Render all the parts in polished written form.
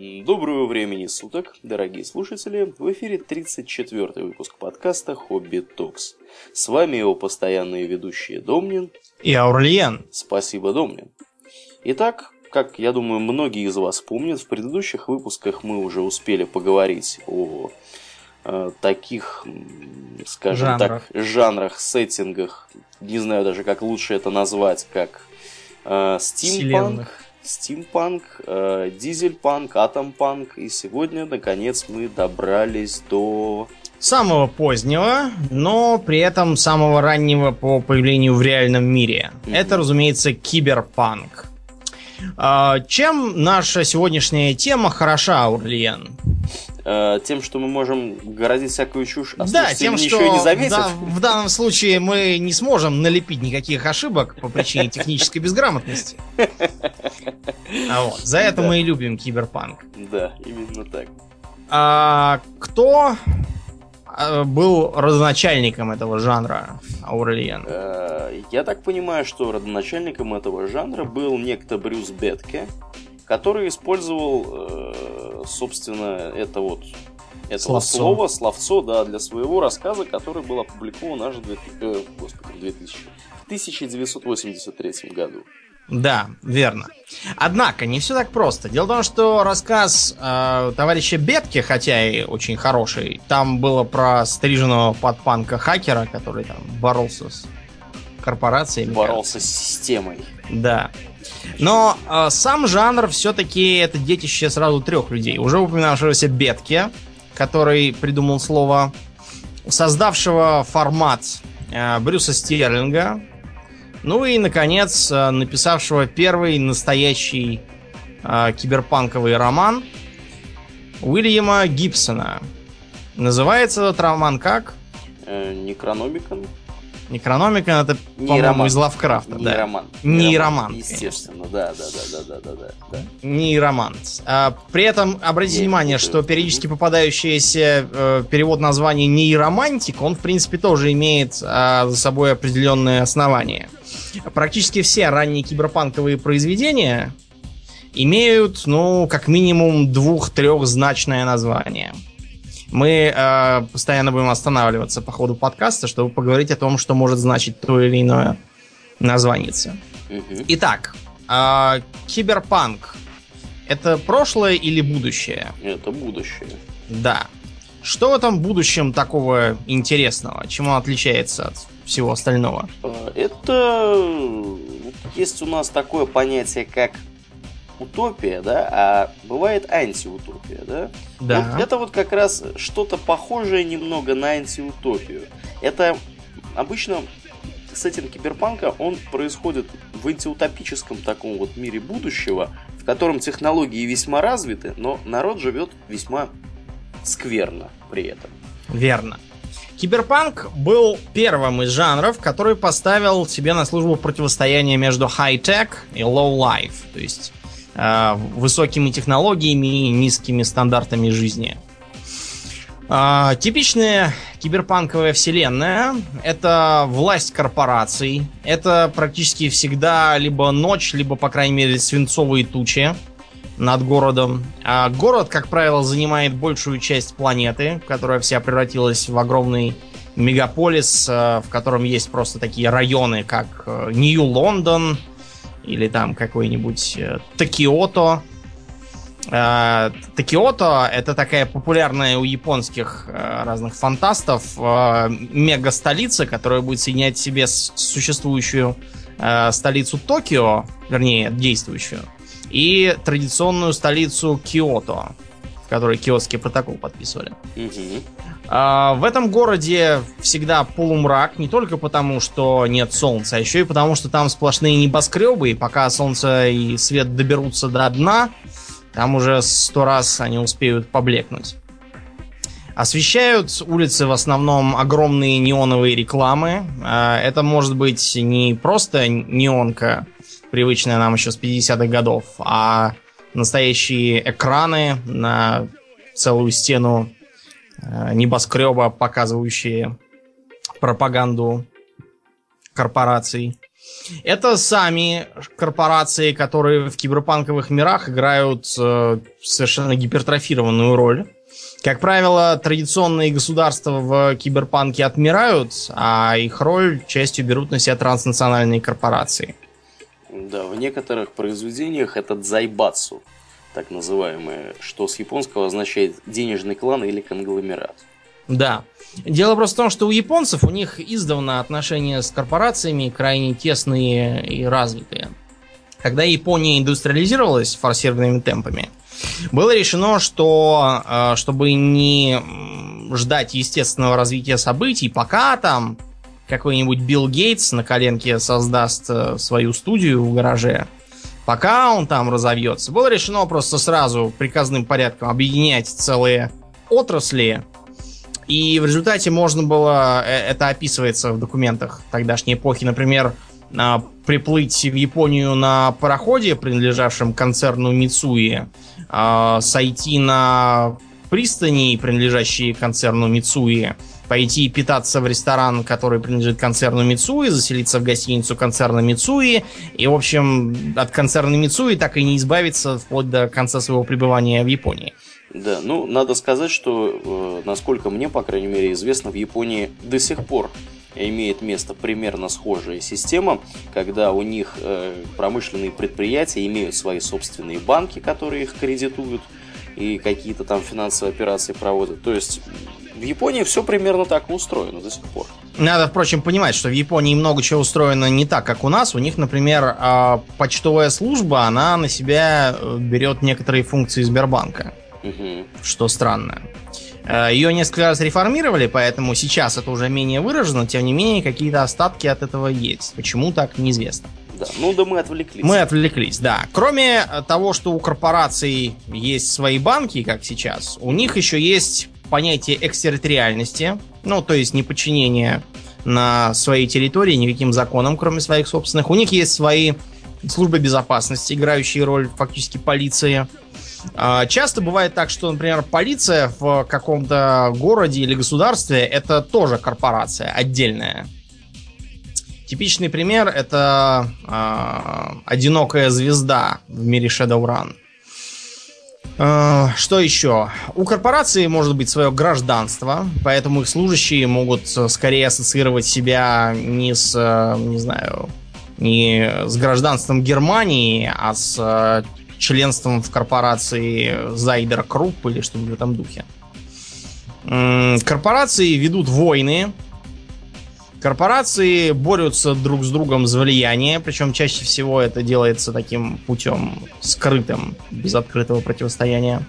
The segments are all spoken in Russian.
Доброго времени суток, дорогие слушатели! В эфире 34-й выпуск подкаста «Хобби Токс». С вами его постоянные ведущие Домнин и Аурлиен. Спасибо, Домнин. Итак, как я думаю, многие из вас помнят, в предыдущих выпусках мы уже успели поговорить о таких, скажем жанрах, сеттингах, не знаю даже, как лучше это назвать, как стимпанк, дизельпанк, атомпанк. И сегодня, наконец, мы добрались до самого позднего, но при этом самого раннего по появлению в реальном мире. Это, разумеется, киберпанк. Чем наша сегодняшняя тема хороша, Аурлиен? Тем, что мы можем городить всякую чушь, а да, тем, что ничего не заметят. В данном случае мы не сможем налепить никаких ошибок по причине технической безграмотности. За это мы и любим киберпанк. Да, именно так. Кто был родоначальником этого жанра, Аурлиен? Я так понимаю, что родоначальником этого жанра был некто Брюс Бетке, который использовал, собственно, словцо, да, для своего рассказа, который был опубликован аж в 1983 году. Да, верно. Однако, не все так просто. Дело в том, что рассказ товарища Бетки, хотя и очень хороший, там было про стриженного под панка хакера, который там боролся с корпорациями. Боролся с системой. Да. Но сам жанр все-таки это детище сразу трех людей. Уже упоминавшегося Бетки, который придумал слово, создавшего формат Брюса Стерлинга, ну и, наконец, написавшего первый настоящий киберпанковый роман Уильяма Гибсона. Называется этот роман как? Некрономикон. Некрономикон — это, по-моему, из Лавкрафта. Нейромант. Нейромант, естественно, да. Нейромант. При этом обратите внимание, что периодически попадающийся перевод названия нейромантик, он, в принципе, тоже имеет за собой определенные основания. Практически все ранние киберпанковые произведения имеют, как минимум 2-3-значное название. Мы постоянно будем останавливаться по ходу подкаста, чтобы поговорить о том, что может значить то или иное названице. Итак, киберпанк — это прошлое или будущее? Это будущее. Да. Что в этом будущем такого интересного? Чем он отличается от всего остального? Это есть у нас такое понятие, как утопия, да, а бывает антиутопия, да? Да. Это как раз что-то похожее немного на антиутопию. Это обычно сеттинг киберпанка, он происходит в антиутопическом таком мире будущего, в котором технологии весьма развиты, но народ живет весьма скверно при этом. Верно. Киберпанк был первым из жанров, который поставил себе на службу противостояние между high-tech и low-life, то есть высокими технологиями и низкими стандартами жизни. Типичная киберпанковая вселенная — это власть корпораций, это практически всегда либо ночь, либо, по крайней мере, свинцовые тучи над городом. А город, как правило, занимает большую часть планеты, которая вся превратилась в огромный мегаполис, в котором есть просто такие районы, как Нью-Лондон или там какой-нибудь Токиото. Токиото — это такая популярная у японских разных фантастов мега-столица, которая будет соединять в себе существующую столицу Токио, вернее, действующую, и традиционную столицу Киото, в которой Киотский протокол подписывали. В этом городе всегда полумрак, не только потому, что нет солнца, а еще и потому, что там сплошные небоскребы, и пока солнце и свет доберутся до дна, там уже 100 раз они успеют поблекнуть. Освещают улицы в основном огромные неоновые рекламы. Это может быть не просто неонка, привычная нам еще с 50-х годов, а настоящие экраны на целую стену небоскреба, показывающие пропаганду корпораций. Это сами корпорации, которые в киберпанковых мирах играют совершенно гипертрофированную роль. Как правило, традиционные государства в киберпанке отмирают, а их роль частью берут на себя транснациональные корпорации. Да, в некоторых произведениях это дзайбацу, так называемое, что с японского означает денежный клан или конгломерат. Да. Дело просто в том, что у японцев, у них издавна отношения с корпорациями крайне тесные и развитые. Когда Япония индустриализировалась форсированными темпами, было решено, что чтобы не ждать естественного развития событий, пока там какой-нибудь Билл Гейтс на коленке создаст свою студию в гараже, пока он там разовьется, было решено просто сразу приказным порядком объединять целые отрасли. И в результате можно было, это описывается в документах тогдашней эпохи, например, приплыть в Японию на пароходе, принадлежавшем концерну Мицуи, сойти на пристани, принадлежащие концерну Мицуи, пойти питаться в ресторан, который принадлежит концерну Мицуи, заселиться в гостиницу концерна Мицуи, и, в общем, от концерна Мицуи так и не избавиться вплоть до конца своего пребывания в Японии. Да, ну, надо сказать, что, насколько мне, по крайней мере, известно, в Японии до сих пор имеет место примерно схожая система, когда у них промышленные предприятия имеют свои собственные банки, которые их кредитуют, и какие-то там финансовые операции проводят. То есть в Японии все примерно так и устроено до сих пор. Надо, впрочем, понимать, что в Японии много чего устроено не так, как у нас. У них, например, почтовая служба, она на себя берет некоторые функции Сбербанка. Угу. Что странно. Ее несколько раз реформировали, поэтому сейчас это уже менее выражено. Тем не менее, какие-то остатки от этого есть. Почему так, неизвестно. Да, ну да, мы отвлеклись. Мы отвлеклись, да. Кроме того, что у корпораций есть свои банки, как сейчас, у них еще есть понятие экстерриториальности. Ну, то есть неподчинение на своей территории никаким законам, кроме своих собственных. У них есть свои службы безопасности, играющие роль фактически полиции. Часто бывает так, что, например, полиция в каком-то городе или государстве это тоже корпорация отдельная. Типичный пример это одинокая звезда в мире Shadowrun. Что еще? У корпорации может быть свое гражданство, поэтому их служащие могут скорее ассоциировать себя не с, не знаю, не с гражданством Германии, а с членством в корпорации Zayder Group или что-нибудь в этом духе. Корпорации ведут войны. Корпорации борются друг с другом за влияние, причем чаще всего это делается таким путем скрытым, без открытого противостояния.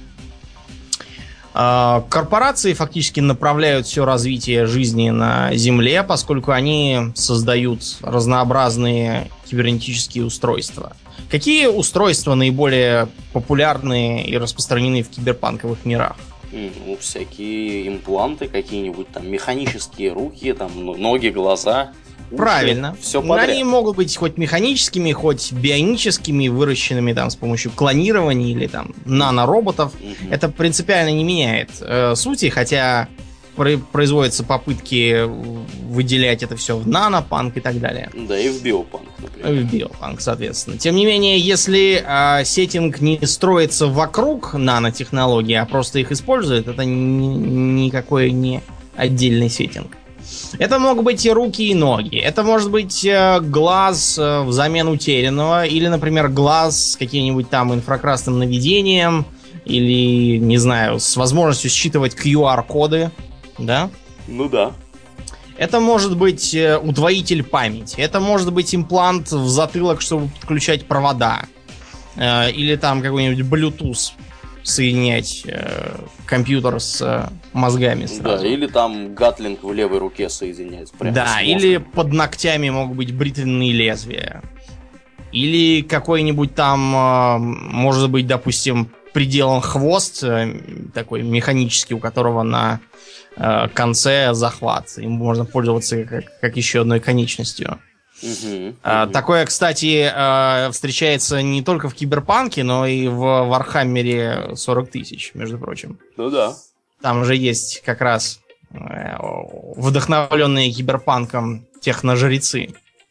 Корпорации фактически направляют все развитие жизни на Земле, поскольку они создают разнообразные кибернетические устройства. Какие устройства наиболее популярны и распространены в киберпанковых мирах? Ну, всякие импланты какие-нибудь, там, механические руки, там, ноги, глаза. Уши, правильно. Все подряд. Они могут быть хоть механическими, хоть бионическими, выращенными там с помощью клонирования или там нанороботов. Угу. Это принципиально не меняет сути, хотя производятся попытки выделять это все в нанопанк и так далее. Да, и в биопанк, например. В биопанк, соответственно. Тем не менее, если сеттинг не строится вокруг нанотехнологий, а просто их использует, это никакой не отдельный сеттинг. Это могут быть и руки, и ноги. Это может быть глаз взамен утерянного, или, например, глаз с каким-нибудь там инфракрасным наведением, или, не знаю, с возможностью считывать QR-коды. Да? Ну да. Это может быть удвоитель памяти. Это может быть имплант в затылок, чтобы подключать провода. Или там какой-нибудь Bluetooth соединять компьютер с мозгами сразу. Да, или там гатлинг в левой руке соединять. Да, или под ногтями могут быть бритвенные лезвия. Или какой-нибудь там, может быть, допустим, приделан хвост такой механический, у которого на конце захват. Им можно пользоваться как еще одной конечностью. Такое, кстати, встречается не только в Киберпанке, но и в Вархаммере 40 тысяч, между прочим. Ну да. Там же есть как раз вдохновленные Киберпанком техножрецы.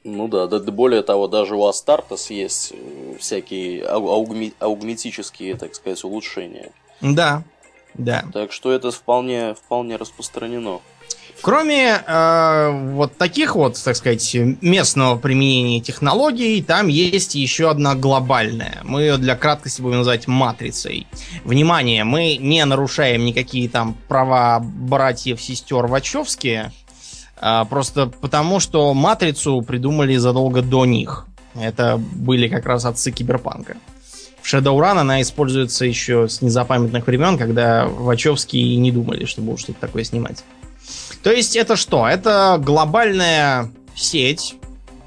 Ну да, более того, даже у Астартес есть всякие аугметические, так сказать, улучшения. Да, да. Так что это вполне распространено. Кроме вот таких вот, так сказать, местного применения технологий, там есть еще одна глобальная. Мы ее для краткости будем называть матрицей. Внимание, мы не нарушаем никакие там права братьев-сестер Вачовски, просто потому, что матрицу придумали задолго до них. Это были как раз отцы киберпанка. В Shadowrun она используется еще с незапамятных времен, когда Вачовски и не думали, что будут что-то такое снимать. То есть это что? Это глобальная сеть,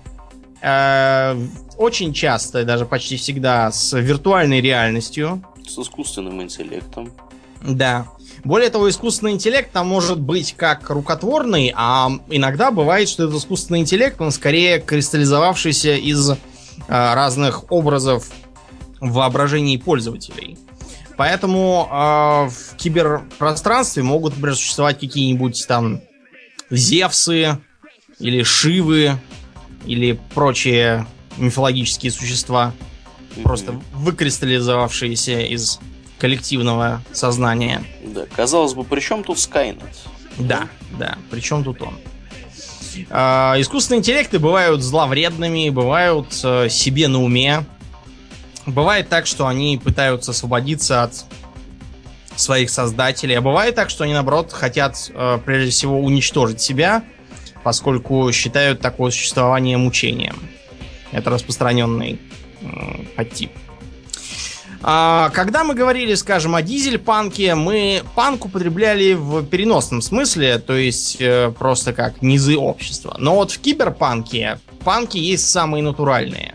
очень часто, даже почти всегда, с виртуальной реальностью. С искусственным интеллектом. Да. Более того, искусственный интеллект там может быть как рукотворный, а иногда бывает, что этот искусственный интеллект, он скорее кристаллизовавшийся из разных образов в воображении пользователей. Поэтому в киберпространстве могут, например, существовать какие-нибудь там Зевсы или Шивы или прочие мифологические существа, просто выкристаллизовавшиеся из коллективного сознания. Да, казалось бы, при чем тут Skynet? Да, при чем тут он? Искусственные интеллекты бывают зловредными, бывают себе на уме. Бывает так, что они пытаются освободиться от своих создателей, а бывает так, что они, наоборот, хотят прежде всего уничтожить себя, поскольку считают такое существование мучением. Это распространенный подтип. Когда мы говорили, скажем, о дизель-панке, мы панк употребляли в переносном смысле, то есть просто как низы общества. Но вот в киберпанке панки есть самые натуральные.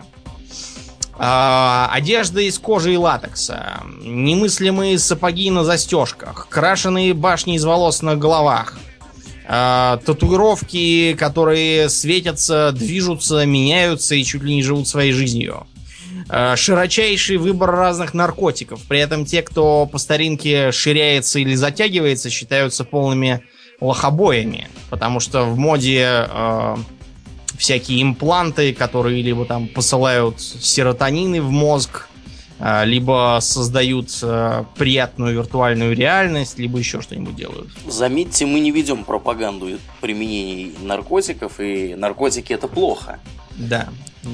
Одежда из кожи и латекса, немыслимые сапоги на застежках, крашеные башни из волос на головах, татуировки, которые светятся, движутся, меняются и чуть ли не живут своей жизнью. Широчайший выбор разных наркотиков. При этом те, кто по старинке ширяется или затягивается, считаются полными лохобоями. Потому что в моде всякие импланты, которые либо там посылают серотонины в мозг, либо создают приятную виртуальную реальность, либо еще что-нибудь делают. Заметьте, мы не ведем пропаганду применения наркотиков, и наркотики это плохо. Да.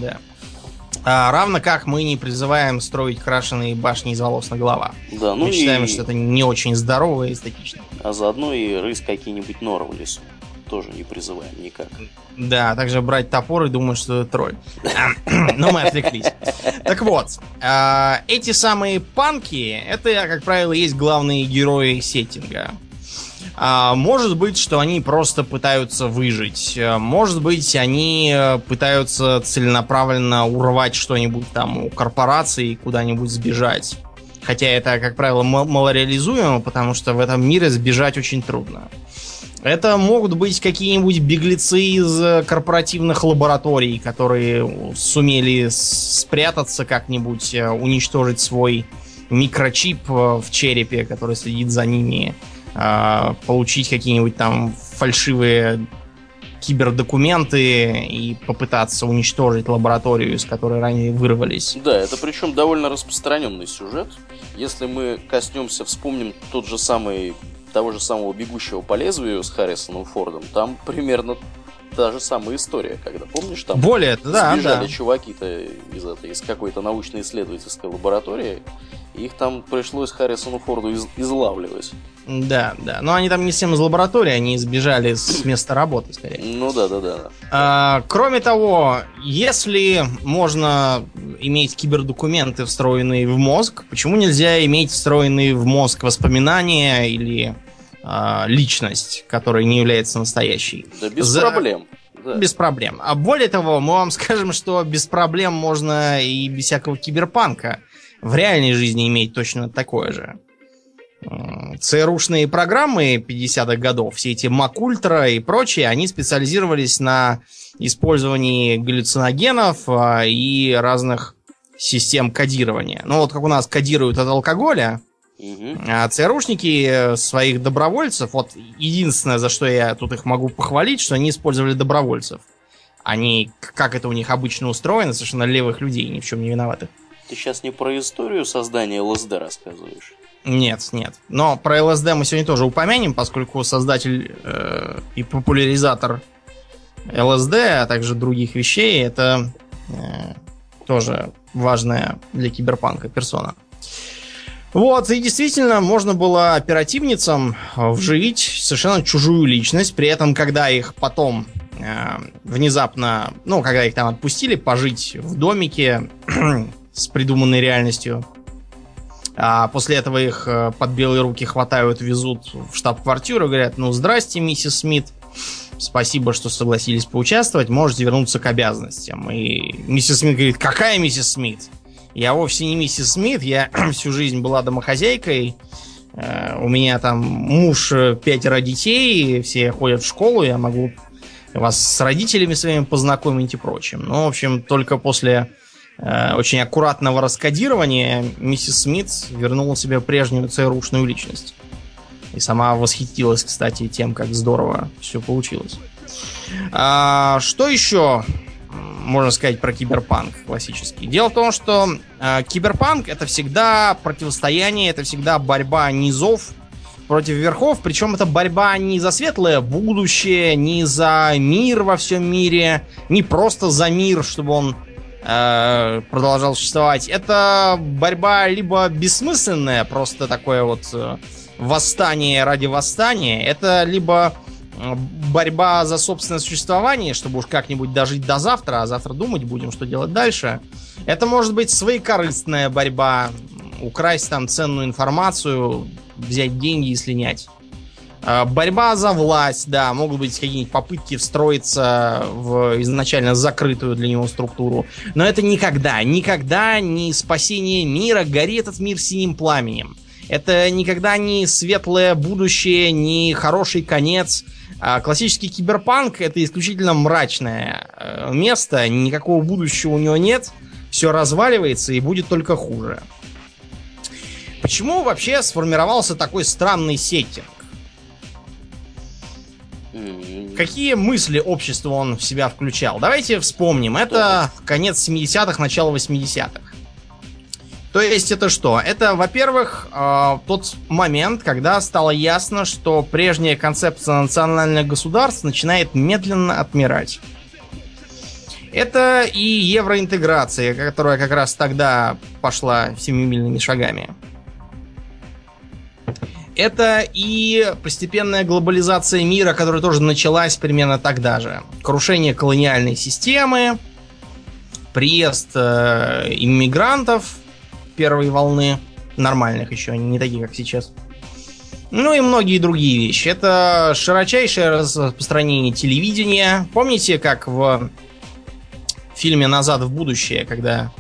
Равно как мы не призываем строить крашеные башни из волос на головах. Да, мы считаем, что это не очень здорово и эстетично. А заодно и рыть какие-нибудь норы в лесу. Тоже не призываем никак. Да, также брать топор и думать, что это тролль. Но мы отвлеклись. Так вот, эти самые панки, это, как правило, есть главные герои сеттинга. Может быть, что они просто пытаются выжить. Может быть, они пытаются целенаправленно урвать что-нибудь там у корпорации и куда-нибудь сбежать. Хотя это, как правило, малореализуемо, потому что в этом мире сбежать очень трудно. Это могут быть какие-нибудь беглецы из корпоративных лабораторий, которые сумели спрятаться как-нибудь, уничтожить свой микрочип в черепе, который следит за ними, получить какие-нибудь там фальшивые кибердокументы и попытаться уничтожить лабораторию, из которой ранее вырвались. Да, это причем довольно распространенный сюжет. Если мы коснемся, вспомним того же самого «Бегущего по лезвию» с Харрисоном Фордом, там примерно та же самая история, когда, помнишь, там сбежали чуваки-то из какой-то научно-исследовательской лаборатории, и их там пришлось Харрисону Форду излавливать. Да. Но они там не всем из лаборатории, они сбежали с места работы, скорее. Ну да. Кроме того, если можно иметь кибердокументы, встроенные в мозг, почему нельзя иметь встроенные в мозг воспоминания или личность, которая не является настоящей? Да без проблем. Да. Без проблем. А более того, мы вам скажем, что без проблем можно и без всякого киберпанка в реальной жизни иметь точно такое же. ЦРУшные программы 50-х годов, все эти МакУлтра и прочие, они специализировались на использовании галлюциногенов и разных систем кодирования. Ну вот как у нас кодируют от алкоголя, а ЦРУшники своих добровольцев, вот единственное, за что я тут их могу похвалить, что они использовали добровольцев. Они, как это у них обычно устроено, совершенно левых людей, ни в чем не виноватых. Ты сейчас не про историю создания ЛСД рассказываешь? Нет, нет. Но про ЛСД мы сегодня тоже упомянем, поскольку создатель и популяризатор ЛСД, а также других вещей, это тоже важная для киберпанка персона. Вот, и действительно, можно было оперативницам вживить совершенно чужую личность, при этом, когда их потом внезапно, ну, когда их там отпустили пожить в домике с придуманной реальностью, а после этого их под белые руки хватают, везут в штаб-квартиру и говорят: ну, здрасте, миссис Смит, спасибо, что согласились поучаствовать, можете вернуться к обязанностям. И миссис Смит говорит: какая миссис Смит? Я вовсе не миссис Смит, я всю жизнь была домохозяйкой, у меня там муж, 5 детей, все ходят в школу, я могу вас с родителями своими познакомить и прочим. Ну, в общем, только после очень аккуратного раскодирования миссис Смит вернула себе прежнюю ЦРУшную личность. И сама восхитилась, кстати, тем, как здорово все получилось. Что еще можно сказать про киберпанк классический? Дело в том, что киберпанк — это всегда противостояние, это всегда борьба низов против верхов. Причем это борьба не за светлое будущее, не за мир во всем мире, не просто за мир, чтобы он продолжал существовать. Это борьба либо бессмысленная, просто такое вот восстание ради восстания. Это либо борьба за собственное существование, чтобы уж как-нибудь дожить до завтра, а завтра думать будем, что делать дальше. Это может быть своекорыстная борьба, украсть там ценную информацию, взять деньги и слинять. Борьба за власть, да, могут быть какие-нибудь попытки встроиться в изначально закрытую для него структуру. Но это никогда не спасение мира, гори этот мир синим пламенем. Это никогда не светлое будущее, не хороший конец. Классический киберпанк — это исключительно мрачное место, никакого будущего у него нет, все разваливается и будет только хуже. Почему вообще сформировался такой странный сеттинг? Какие мысли общества он в себя включал? Давайте вспомним. Это конец 70-х, начало 80-х. То есть это что? Это, во-первых, тот момент, когда стало ясно, что прежняя концепция национальных государств начинает медленно отмирать. Это и евроинтеграция, которая как раз тогда пошла семимильными шагами. Это и постепенная глобализация мира, которая тоже началась примерно тогда же. Крушение колониальной системы, приезд иммигрантов первой волны, нормальных еще, они не такие, как сейчас. Ну и многие другие вещи. Это широчайшее распространение телевидения. Помните, как в фильме «Назад в будущее», когда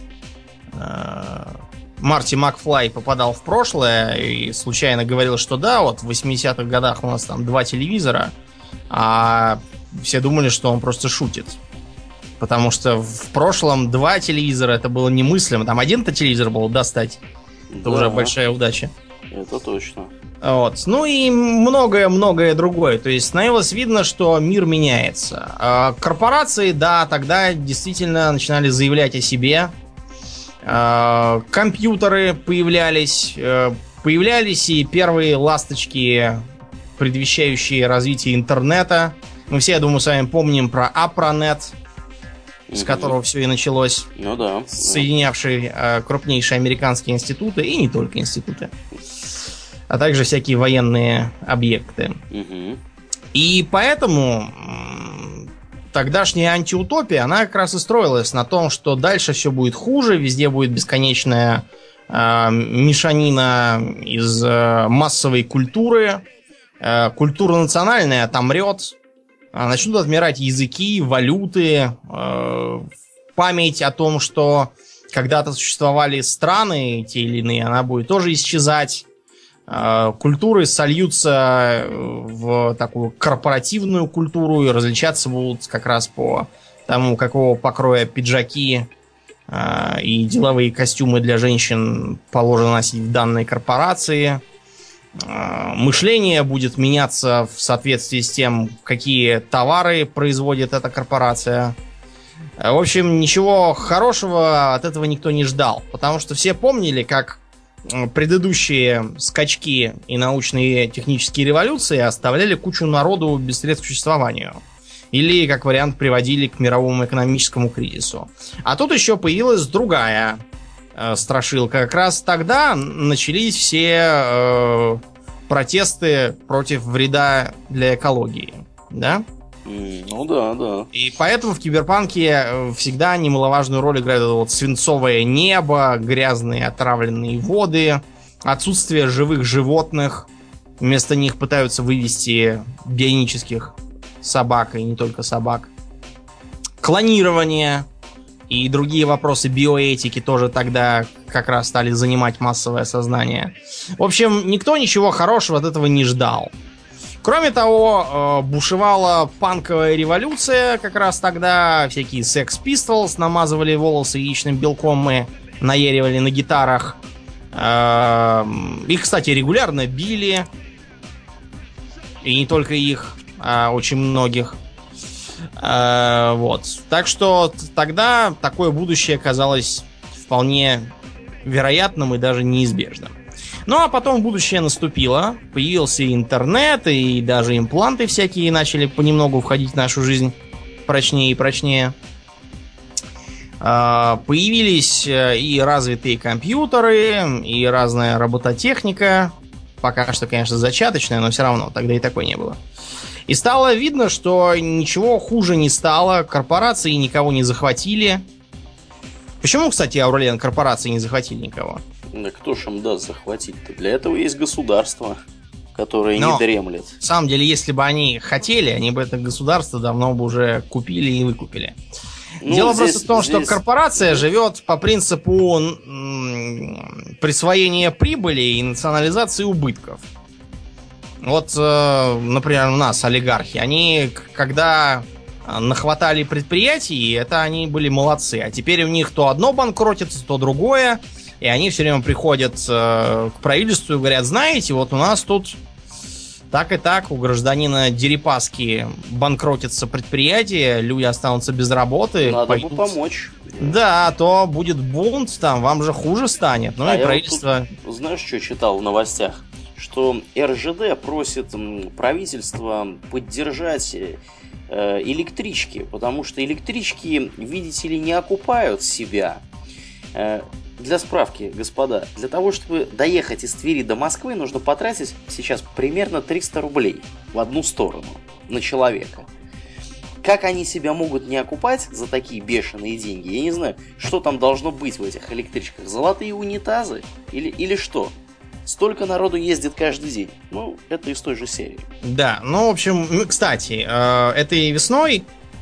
Марти Макфлай попадал в прошлое и случайно говорил, что да, вот в 80-х годах у нас там 2 телевизора, а все думали, что он просто шутит. Потому что в прошлом 2 телевизора это было немыслимо. Там 1-то телевизор был достать. Это уже большая удача. Это точно. Вот. Ну и многое-многое другое. То есть становилось видно, что мир меняется. Корпорации, да, тогда действительно начинали заявлять о себе. Компьютеры появлялись. Появлялись и первые ласточки, предвещающие развитие интернета. Мы все, я думаю, с вами помним про Апронет, с которого все и началось. Ну да. Соединявший крупнейшие американские институты, и не только институты, а также всякие военные объекты. И поэтому тогдашняя антиутопия, она как раз и строилась на том, что дальше все будет хуже, везде будет бесконечная мешанина из массовой культуры. Культура национальная отомрет. Начнут отмирать языки, валюты, память о том, что когда-то существовали страны, те или иные, она будет тоже исчезать. Культуры сольются в такую корпоративную культуру и различаться будут как раз по тому, какого покроя пиджаки и деловые костюмы для женщин положено носить в данной корпорации. Мышление будет меняться в соответствии с тем, какие товары производит эта корпорация. В общем, ничего хорошего от этого никто не ждал, потому что все помнили, как предыдущие скачки и научные и технические революции оставляли кучу народу без средств к существованию. Или, как вариант, приводили к мировому экономическому кризису. А тут еще появилась другая страшилка. Как раз тогда начались все протесты против вреда для экологии. Да? Ну да. И поэтому в киберпанке всегда немаловажную роль играет это вот свинцовое небо, грязные отравленные воды, отсутствие живых животных. Вместо них пытаются вывести бионических собак, и не только собак. Клонирование и другие вопросы биоэтики тоже тогда как раз стали занимать массовое сознание. В общем, никто ничего хорошего от этого не ждал. Кроме того, бушевала панковая революция как раз тогда. Всякие Sex Pistols намазывали волосы яичным белком и наеривали на гитарах. Их, кстати, регулярно били. И не только их, а очень многих. Вот. Так что тогда такое будущее казалось вполне вероятным и даже неизбежным. Ну а потом будущее наступило, появился интернет, и даже импланты всякие начали понемногу входить в нашу жизнь прочнее и прочнее. Появились и развитые компьютеры, и разная робототехника. Пока что, конечно, зачаточная, но все равно, тогда и такой не было. И стало видно, что ничего хуже не стало, корпорации никого не захватили. Почему, кстати, Аурлиен, корпорации не захватили никого? Да кто ж им даст захватить-то? Для этого есть государство, которое не дремлет. На самом деле, если бы они хотели, они бы это государство давно бы уже купили и выкупили. Ну, дело просто в том, что корпорация живет по принципу присвоения прибыли и национализации убытков. Вот, например, у нас олигархи, они когда нахватали предприятий, это они были молодцы. А теперь у них то одно банкротится, то другое. И они все время приходят к правительству и говорят: знаете, вот у нас тут так и так, у гражданина Дерипаски банкротится предприятие, люди останутся без работы. Надо бы помочь. Да, то будет бунт, там, вам же хуже станет. Ну и правительство... Тут, знаешь, что читал в новостях? Что РЖД просит правительство поддержать электрички, потому что электрички, видите ли, не окупают себя. Для справки, господа, для того, чтобы доехать из Твери до Москвы, нужно потратить сейчас примерно 300 рублей в одну сторону на человека. Как они себя могут не окупать за такие бешеные деньги? Я не знаю, что там должно быть в этих электричках. Золотые унитазы? Или что? Столько народу ездит каждый день. Ну, это из той же серии. Да, ну, в общем, кстати, этой весной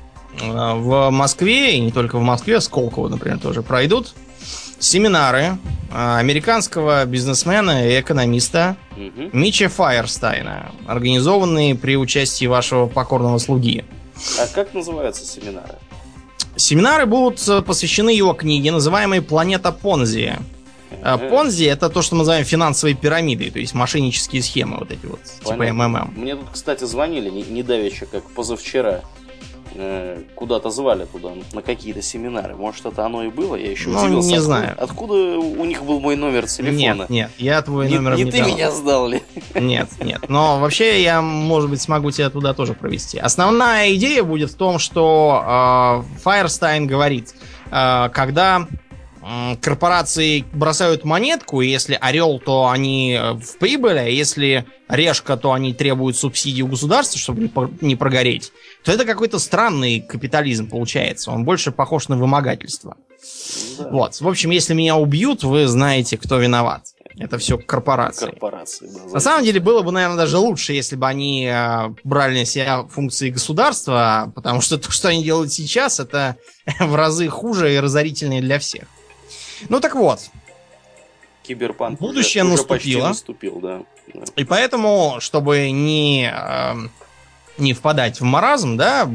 в Москве, и не только в Москве, Сколково, например, тоже пройдут семинары американского бизнесмена и экономиста Митча Файерстайна, организованные при участии вашего покорного слуги. А как называются семинары? Семинары будут посвящены его книге, называемой «Планета Понзи». Понзи — это то, что мы называем финансовой пирамидой, то есть мошеннические схемы вот эти вот, понятно. Типа МММ. Мне тут, кстати, звонили недавеча, как позавчера. Куда-то звали туда на какие-то семинары. Может, это оно и было? Я еще удивился. Не знаю. Откуда у них был мой номер телефона? Нет, я твой номер не ты дал. меня сдал ли? Нет. Но вообще я, может быть, смогу тебя туда тоже провести. Основная идея будет в том, что Файерстайн говорит, когда корпорации бросают монетку, и если орел, то они в прибыли, а если решка, то они требуют субсидий у государства, чтобы не прогореть, то это какой-то странный капитализм получается. Он больше похож на вымогательство. Да. Вот. В общем, если меня убьют, вы знаете, кто виноват. Это все корпорации. Да, на самом деле, было бы, наверное, даже лучше, если бы они брали на себя функции государства, потому что то, что они делают сейчас, это в разы хуже и разорительнее для всех. Ну так вот. Киберпанк будущее уже наступило. Наступил, да. И поэтому, чтобы не впадать в маразм, да,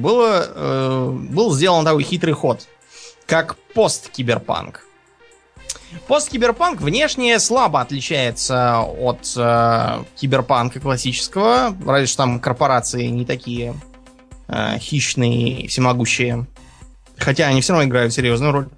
был сделан такой хитрый ход, как посткиберпанк. Посткиберпанк внешне слабо отличается от киберпанка классического, разве что там корпорации не такие хищные и всемогущие. Хотя они все равно играют серьезную роль.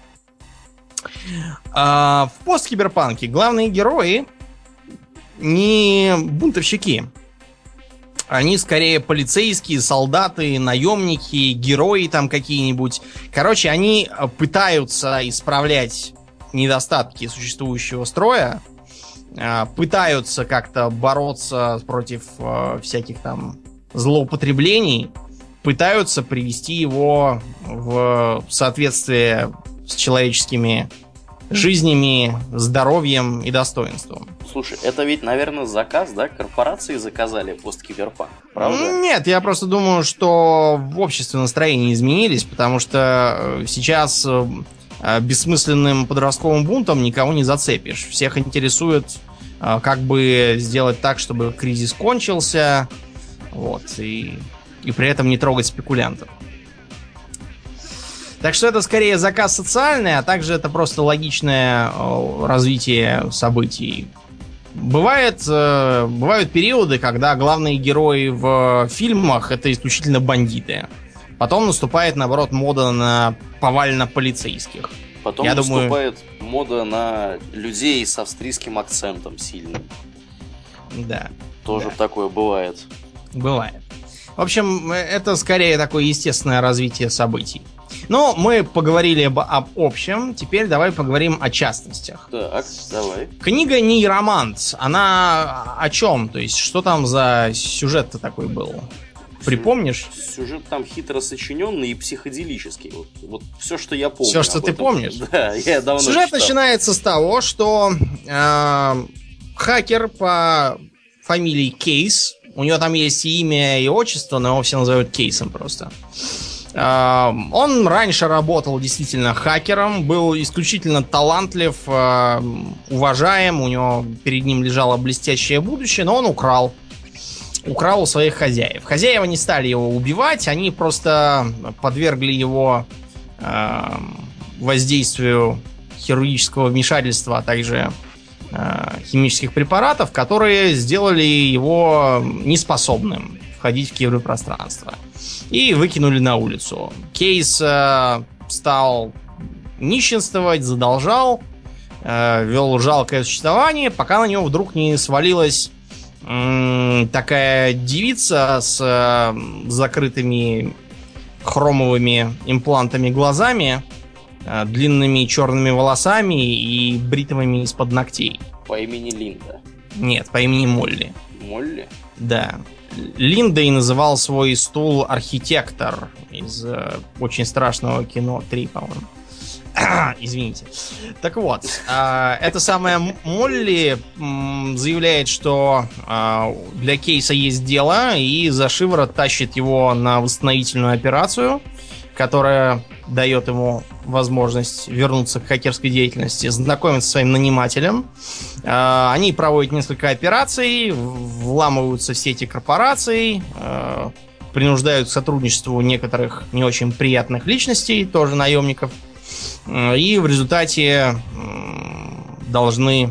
В посткиберпанке главные герои не бунтовщики. Они скорее полицейские, солдаты, наемники, герои там какие-нибудь. Короче, они пытаются исправлять недостатки существующего строя, пытаются как-то бороться против всяких там злоупотреблений, пытаются привести его в соответствие с человеческими жизнями, здоровьем и достоинством. Слушай, это ведь, наверное, заказ, да? Корпорации заказали посткиберпанк, правда? Нет, я просто думаю, что в обществе настроения изменились, потому что сейчас бессмысленным подростковым бунтом никого не зацепишь. Всех интересует, как бы сделать так, чтобы кризис кончился, вот, и при этом не трогать спекулянтов. Так что это скорее заказ социальный, а также это просто логичное развитие событий. Бывают периоды, когда главные герои в фильмах это исключительно бандиты. Потом наступает, наоборот, мода на повально полицейских. Потом наступает мода на людей с австрийским акцентом сильным. Да. Тоже такое бывает. Бывает. В общем, это скорее такое естественное развитие событий. Но мы поговорили об общем, теперь давай поговорим о частностях. Так, давай. Книга «Нейромант», она о чем? То есть, что там за сюжет-то такой был? Припомнишь? Сюжет там хитро сочиненный и психоделический. Вот все, что я помню. Все, что ты помнишь? Да, я давно Сюжет читал. начинается с того, что хакер по фамилии Кейс, у него там есть и имя, и отчество, но его все называют Кейсом просто. Он раньше работал действительно хакером, был исключительно талантлив, уважаем, у него перед ним лежало блестящее будущее, но он украл у своих хозяев. Хозяева не стали его убивать, они просто подвергли его воздействию хирургического вмешательства, а также химических препаратов, которые сделали его неспособным входить в киберпространство. И выкинули на улицу. Кейс стал нищенствовать, задолжал, вел жалкое существование, пока на него вдруг не свалилась такая девица с закрытыми хромовыми имплантами глазами, длинными черными волосами и бритвами из-под ногтей. По имени Линда. Нет, по имени Молли. Молли? Да. Линдой называл свой стул архитектор из очень страшного кино 3, по-моему. Извините. Так вот, эта самая Молли заявляет, что для Кейса есть дело, и за шиворот тащит его на восстановительную операцию, которая дает ему возможность вернуться к хакерской деятельности, знакомиться со своим нанимателем. Они проводят несколько операций, вламываются в сети корпораций, принуждают к сотрудничеству некоторых не очень приятных личностей, тоже наемников, и в результате должны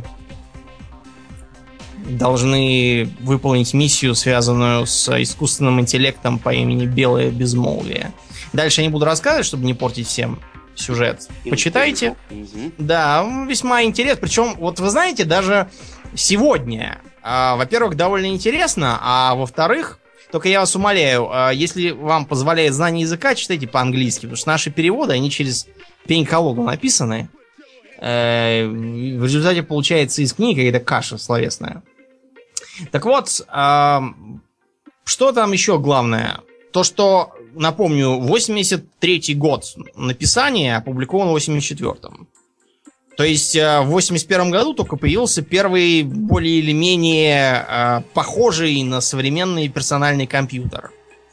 выполнить миссию, связанную с искусственным интеллектом по имени Белое Безмолвие. Дальше я не буду рассказывать, чтобы не портить всем сюжет. Почитайте. Да, весьма интересно. Причем, вот вы знаете, даже сегодня, во-первых, довольно интересно, а во-вторых, только я вас умоляю, если вам позволяет знание языка, читайте по-английски, потому что наши переводы, они через пень-колоду написаны. В результате получается из книги какая-то каша словесная. Так вот, что там еще главное? То, что, напомню, 83-й год написания, опубликован в 84-м. То есть в 81 году только появился первый более или менее похожий на современный персональный компьютер.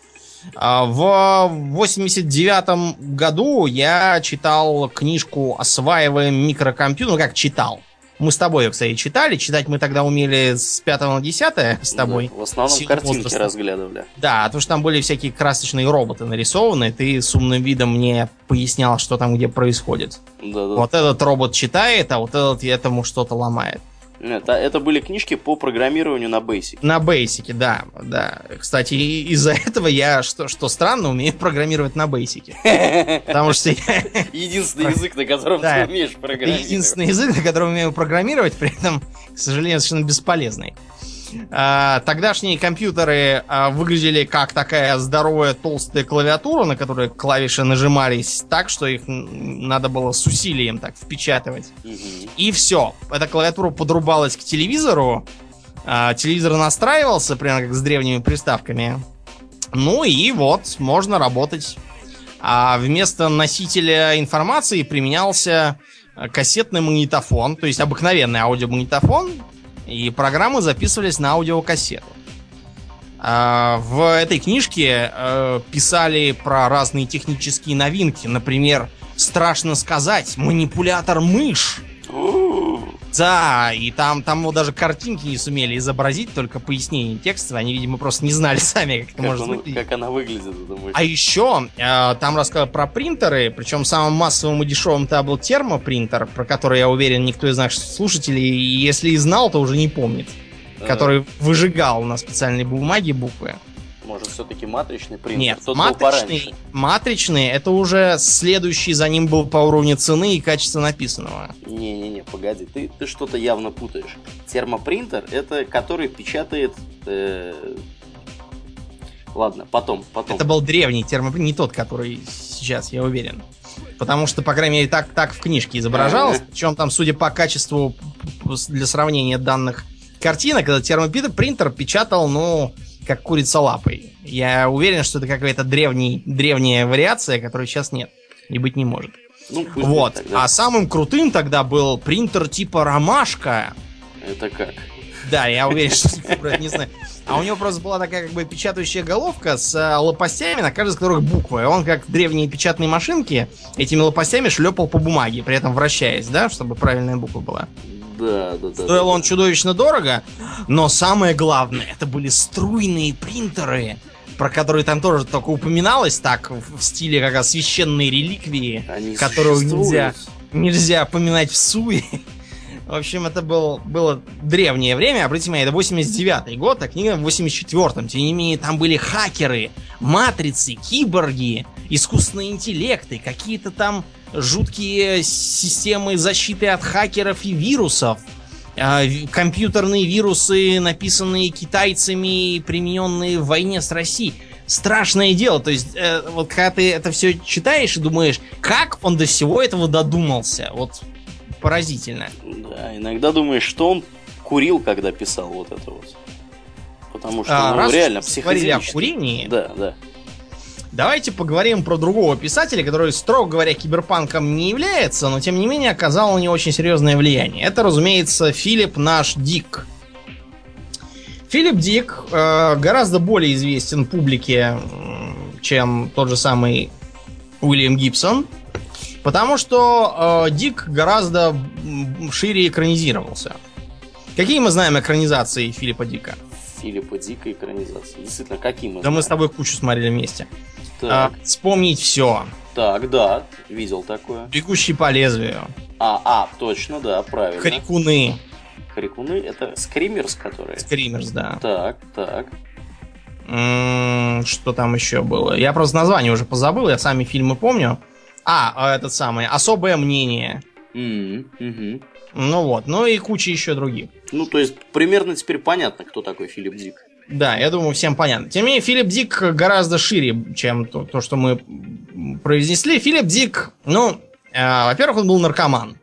В 89 году я читал книжку «Осваиваем микрокомпьютер». Ну, как читал. Мы с тобой, кстати, читали. Читать мы тогда умели с 5 на 10 с тобой. Да, в основном картинки разглядывали. Да, потому что там были всякие красочные роботы нарисованы. Ты с умным видом мне пояснял, что там где происходит. Да. Вот этот робот читает, а вот этот этому что-то ломает. Это были книжки по программированию на Basic. На Basic, да, да. Кстати, из-за этого я, что странно, умею программировать на Basic. Потому что я... Единственный язык, на котором ты умеешь программировать. Единственный язык, на котором умею программировать, при этом, к сожалению, совершенно бесполезный. Тогдашние компьютеры выглядели как такая здоровая толстая клавиатура, на которой клавиши нажимались так, что их надо было с усилием так впечатывать. И все. Эта клавиатура подрубалась к телевизору. Телевизор настраивался, примерно как с древними приставками. Ну и вот, можно работать. А вместо носителя информации применялся кассетный магнитофон, то есть обыкновенный аудиомагнитофон. И программы записывались на аудиокассету. В этой книжке писали про разные технические новинки. Например, страшно сказать, манипулятор-мышь. Да, и там вот даже картинки не сумели изобразить, только пояснение текста. Они, видимо, просто не знали сами, как это может выглядеть. Как она выглядит, думаешь? А еще там рассказывали про принтеры, причем самым массовым и дешевым это был термопринтер, про который, я уверен, никто из наших слушателей, если и знал, то уже не помнит. Который выжигал на специальной бумаге буквы. Может, все-таки матричный принтер? Нет, тот матричный это уже следующий за ним был по уровню цены и качества написанного. Не-не-не, погоди, ты что-то явно путаешь. Термопринтер это который печатает... Ладно, потом. Это был древний термопринтер, не тот, который сейчас, я уверен. Потому что, по крайней мере, так в книжке изображалось. Причем там, судя по качеству, для сравнения данных картинок, этот термопринтер печатал, как курица лапой. Я уверен, что это какая-то древняя вариация, которой сейчас нет и быть не может. Вот. Тогда. А самым крутым тогда был принтер типа «Ромашка». Это как? Да, я уверен, что это не знаю. А у него просто была такая как бы печатающая головка с лопастями, на каждой из которых буквы. Он, как древние печатные машинки, этими лопастями шлепал по бумаге, при этом вращаясь, да, чтобы правильная буква была. Да. Стоил он чудовищно дорого, но самое главное, это были струйные принтеры, про которые там тоже только упоминалось так, в стиле как священные реликвии, которую нельзя поминать в суе. В общем, это было древнее время. Обратите внимание, это 89-й год, а книга в 84-м. Тем не менее, там были хакеры, матрицы, киборги, искусственные интеллекты, какие-то там жуткие системы защиты от хакеров и вирусов, компьютерные вирусы, написанные китайцами, примененные в войне с Россией. Страшное дело. То есть, вот когда ты это все читаешь и думаешь, как он до всего этого додумался? Вот поразительно. Да, иногда думаешь, что он курил, когда писал вот это вот. Потому что, реально психоделически. О курении. Да. Давайте поговорим про другого писателя, который, строго говоря, киберпанком не является, но тем не менее оказал на него очень серьезное влияние. Это, разумеется, Филипп наш Дик. Филипп Дик гораздо более известен публике, чем тот же самый Уильям Гибсон, потому что Дик гораздо шире экранизировался. Какие мы знаем экранизации Филиппа Дика? Филиппа Дика экранизации. Действительно, какие мы знаем? Да мы с тобой кучу смотрели вместе. Вспомнить все. Так, да, видел такое. Бегущий по лезвию. Точно, да, правильно. Крикуны. Крикуны это Скримерс, которые? Скримерс, да. Так. Что там еще было? Я просто название уже позабыл, я сами фильмы помню. Этот самый «Особое мнение». Ну вот, и куча еще других. То есть, примерно теперь понятно, кто такой Филипп Дик. Да, я думаю, всем понятно. Тем не менее, Филипп Дик гораздо шире, чем то, что мы произнесли. Филипп Дик, во-первых, он был наркоман.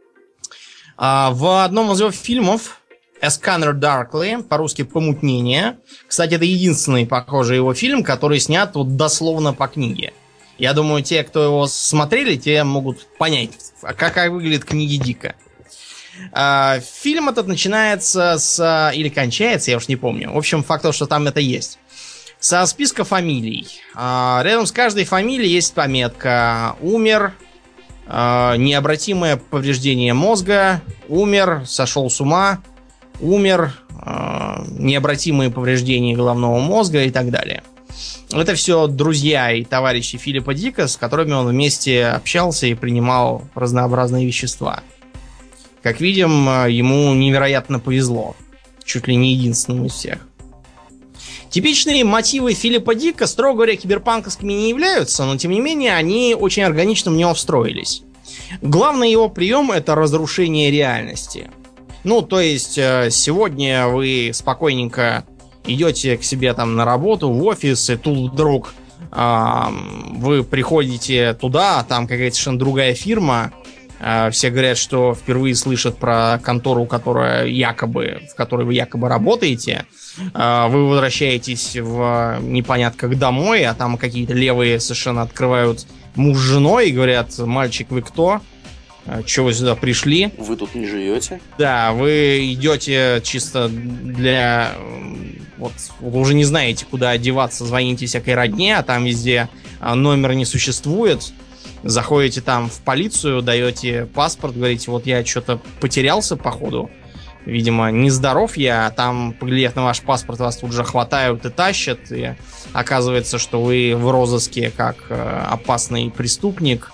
В одном из его фильмов A Scanner Darkly, по-русски «Помутнение». Кстати, это единственный, похожий его фильм, который снят вот дословно по книге. Я думаю, те, кто его смотрели, те могут понять, как выглядят книги Дика. Фильм этот начинается или кончается, я уж не помню. В общем, факт того, что там это есть. Со списка фамилий. Рядом с каждой фамилией есть пометка «Умер», «Необратимое повреждение мозга», «Умер», «Сошел с ума», «Умер», «Необратимые повреждения головного мозга» и так далее. Это все друзья и товарищи Филиппа Дика, с которыми он вместе общался и принимал разнообразные вещества. Как видим, ему невероятно повезло. Чуть ли не единственному из всех. Типичные мотивы Филиппа Дика, строго говоря, киберпанковскими не являются, но тем не менее они очень органично в него встроились. Главный его прием — это разрушение реальности. Ну, то есть, сегодня вы спокойненько идете к себе там на работу, в офис, и тут вдруг вы приходите туда, там какая-то совершенно другая фирма. Все говорят, что впервые слышат про контору, в которой вы якобы работаете. Вы возвращаетесь в непонятно как домой, а там какие-то левые совершенно открывают муж с женой и говорят: мальчик, вы кто? Чего вы сюда пришли? Вы тут не живете? Да, вы идете чисто для... Вот вы уже не знаете, куда одеваться, звоните всякой родне, а там везде номер не существует. Заходите там в полицию, даете паспорт, говорите: вот я что-то потерялся, походу. Видимо, нездоров я, а там, поглядев на ваш паспорт, вас тут же хватают и тащат, и оказывается, что вы в розыске как опасный преступник.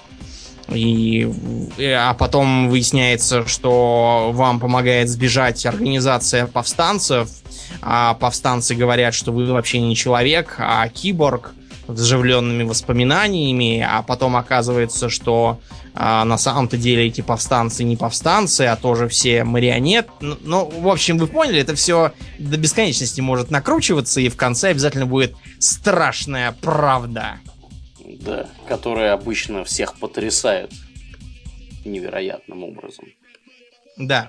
А потом выясняется, что вам помогает сбежать организация повстанцев, а повстанцы говорят, что вы вообще не человек, а киборг с оживленными воспоминаниями, а потом оказывается, что на самом-то деле эти повстанцы не повстанцы, а тоже все марионет. Ну, в общем, вы поняли, это все до бесконечности может накручиваться, и в конце обязательно будет страшная правда. Да, которая обычно всех потрясает невероятным образом. Да.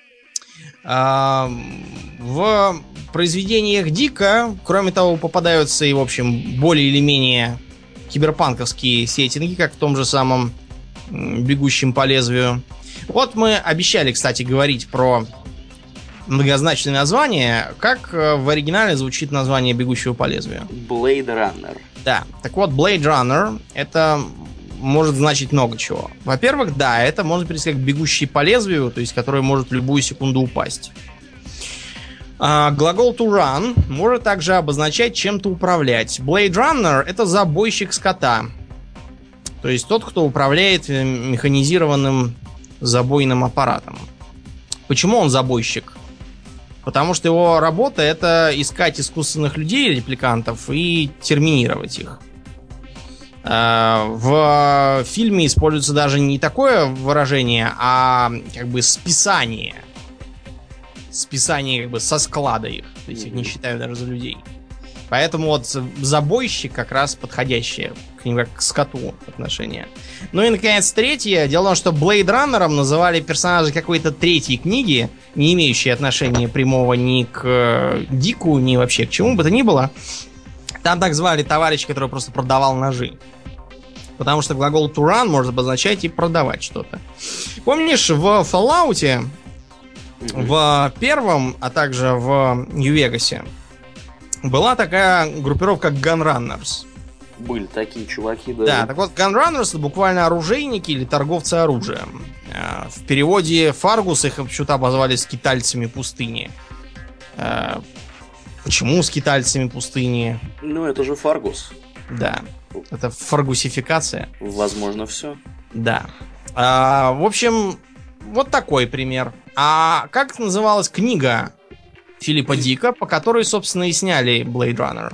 В произведениях Дика, кроме того, попадаются и, в общем, более или менее киберпанковские сеттинги, как в том же самом «Бегущем по лезвию». Вот мы обещали, кстати, говорить про многозначные названия. Как в оригинале звучит название «Бегущего по лезвию»? Blade Runner. Да. Так вот, Blade Runner — это может значить много чего. Во-первых, да, это можно перевести как «бегущий по лезвию», то есть который может в любую секунду упасть. Глагол to run может также обозначать чем-то управлять. Blade Runner — это забойщик скота. То есть тот, кто управляет механизированным забойным аппаратом. Почему он забойщик? Потому что его работа — это искать искусственных людей, репликантов, и терминировать их. В фильме используется даже не такое выражение, а как бы списание. Списание как бы со склада их. То есть их не считают даже за людей. Поэтому вот забойщик как раз подходящее к ним как к скоту отношение. Ну и, наконец, третье. Дело в том, что Blade Runner'ом называли персонажей какой-то третьей книги, не имеющей отношения прямого ни к Дику, ни вообще к чему бы то ни было. Там так звали товарища, который просто продавал ножи. Потому что глагол to run может обозначать и продавать что-то. Помнишь, в Fallout'е, в первом, а также в Нью-Вегасе была такая группировка Gunrunners. Были такие чуваки, да. Да, так вот, Gunrunners — это буквально оружейники или торговцы оружием. В переводе Фаргус их почему-то обозвали скитальцами пустыни. Почему скитальцами пустыни? Ну, это же Фаргус. Да, это фаргусификация. Возможно, все. Да. В общем, вот такой пример. А как называлась книга Филиппа Дика, по которой, собственно, и сняли Blade Runner?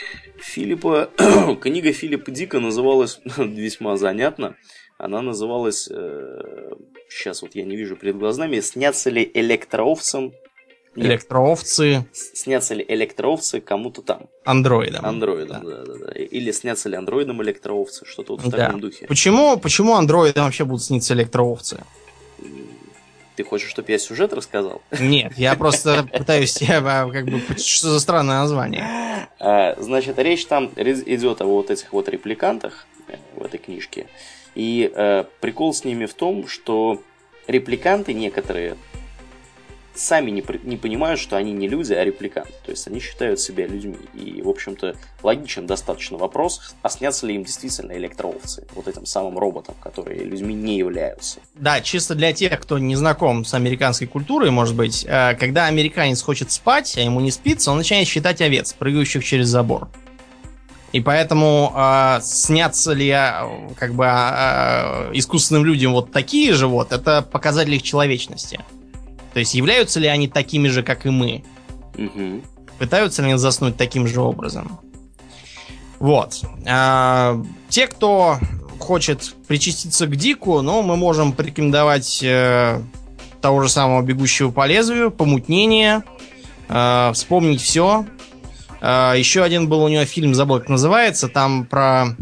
Книга Филиппа Дика называлась весьма занятно. Она называлась, сейчас вот я не вижу перед глазами, «Снятся ли электроовцам...» Электроовцы. Снятся ли электроовцы кому-то там? Андроидам. Андроидам, да. Или снятся ли андроидам электроовцы, что-то вот в таком духе. Почему андроидам вообще будут сниться электроовцы? Ты хочешь, чтобы я сюжет рассказал? Нет, я просто пытаюсь как бы... Что за странное название? Значит, речь там идет о вот этих вот репликантах в этой книжке. И прикол с ними в том, что репликанты некоторые сами не понимают, что они не люди, а репликанты. То есть они считают себя людьми. И, в общем-то, логичен достаточно вопрос, а снятся ли им действительно электроовцы, вот этим самым роботам, которые людьми не являются. Да, чисто для тех, кто не знаком с американской культурой, может быть, когда американец хочет спать, а ему не спится, он начинает считать овец, прыгающих через забор. И поэтому снятся ли как бы искусственным людям вот такие же вот, это показатель их человечности. То есть являются ли они такими же, как и мы? Угу. Пытаются ли они заснуть таким же образом? Вот. Те, кто хочет причаститься к Дику, ну, мы можем порекомендовать того же самого «Бегущего по лезвию», «Помутнение», «Вспомнить все». Еще один был у него фильм, забыл, как называется, там про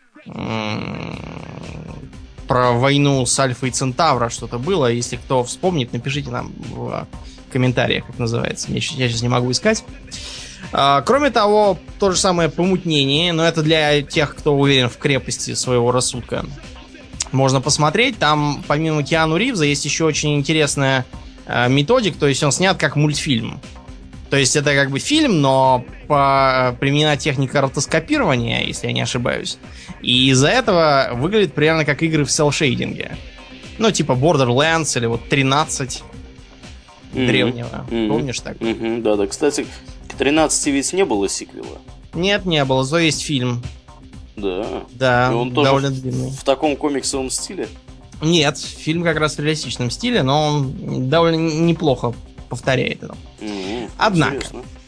войну с Альфой и Центавра что-то было. Если кто вспомнит, напишите нам в комментариях, как называется. Я сейчас не могу искать. Кроме того, то же самое «Помутнение», но это для тех, кто уверен в крепости своего рассудка. Можно посмотреть. Там, помимо Киану Ривза, есть еще очень интересная методика, то есть он снят как мультфильм. То есть это как бы фильм, но применена техника ротоскопирования, если я не ошибаюсь. И из-за этого выглядит примерно как игры в селл-шейдинге. Ну, типа Borderlands или вот 13 древнего. Помнишь так? Да. Кстати, к 13 ведь не было сиквела. Нет, не было. Зато есть фильм. Да. Да, и он тоже довольно длинный. В таком комиксовом стиле? Нет, фильм как раз в реалистичном стиле, но он довольно неплохо повторяет это. Однако,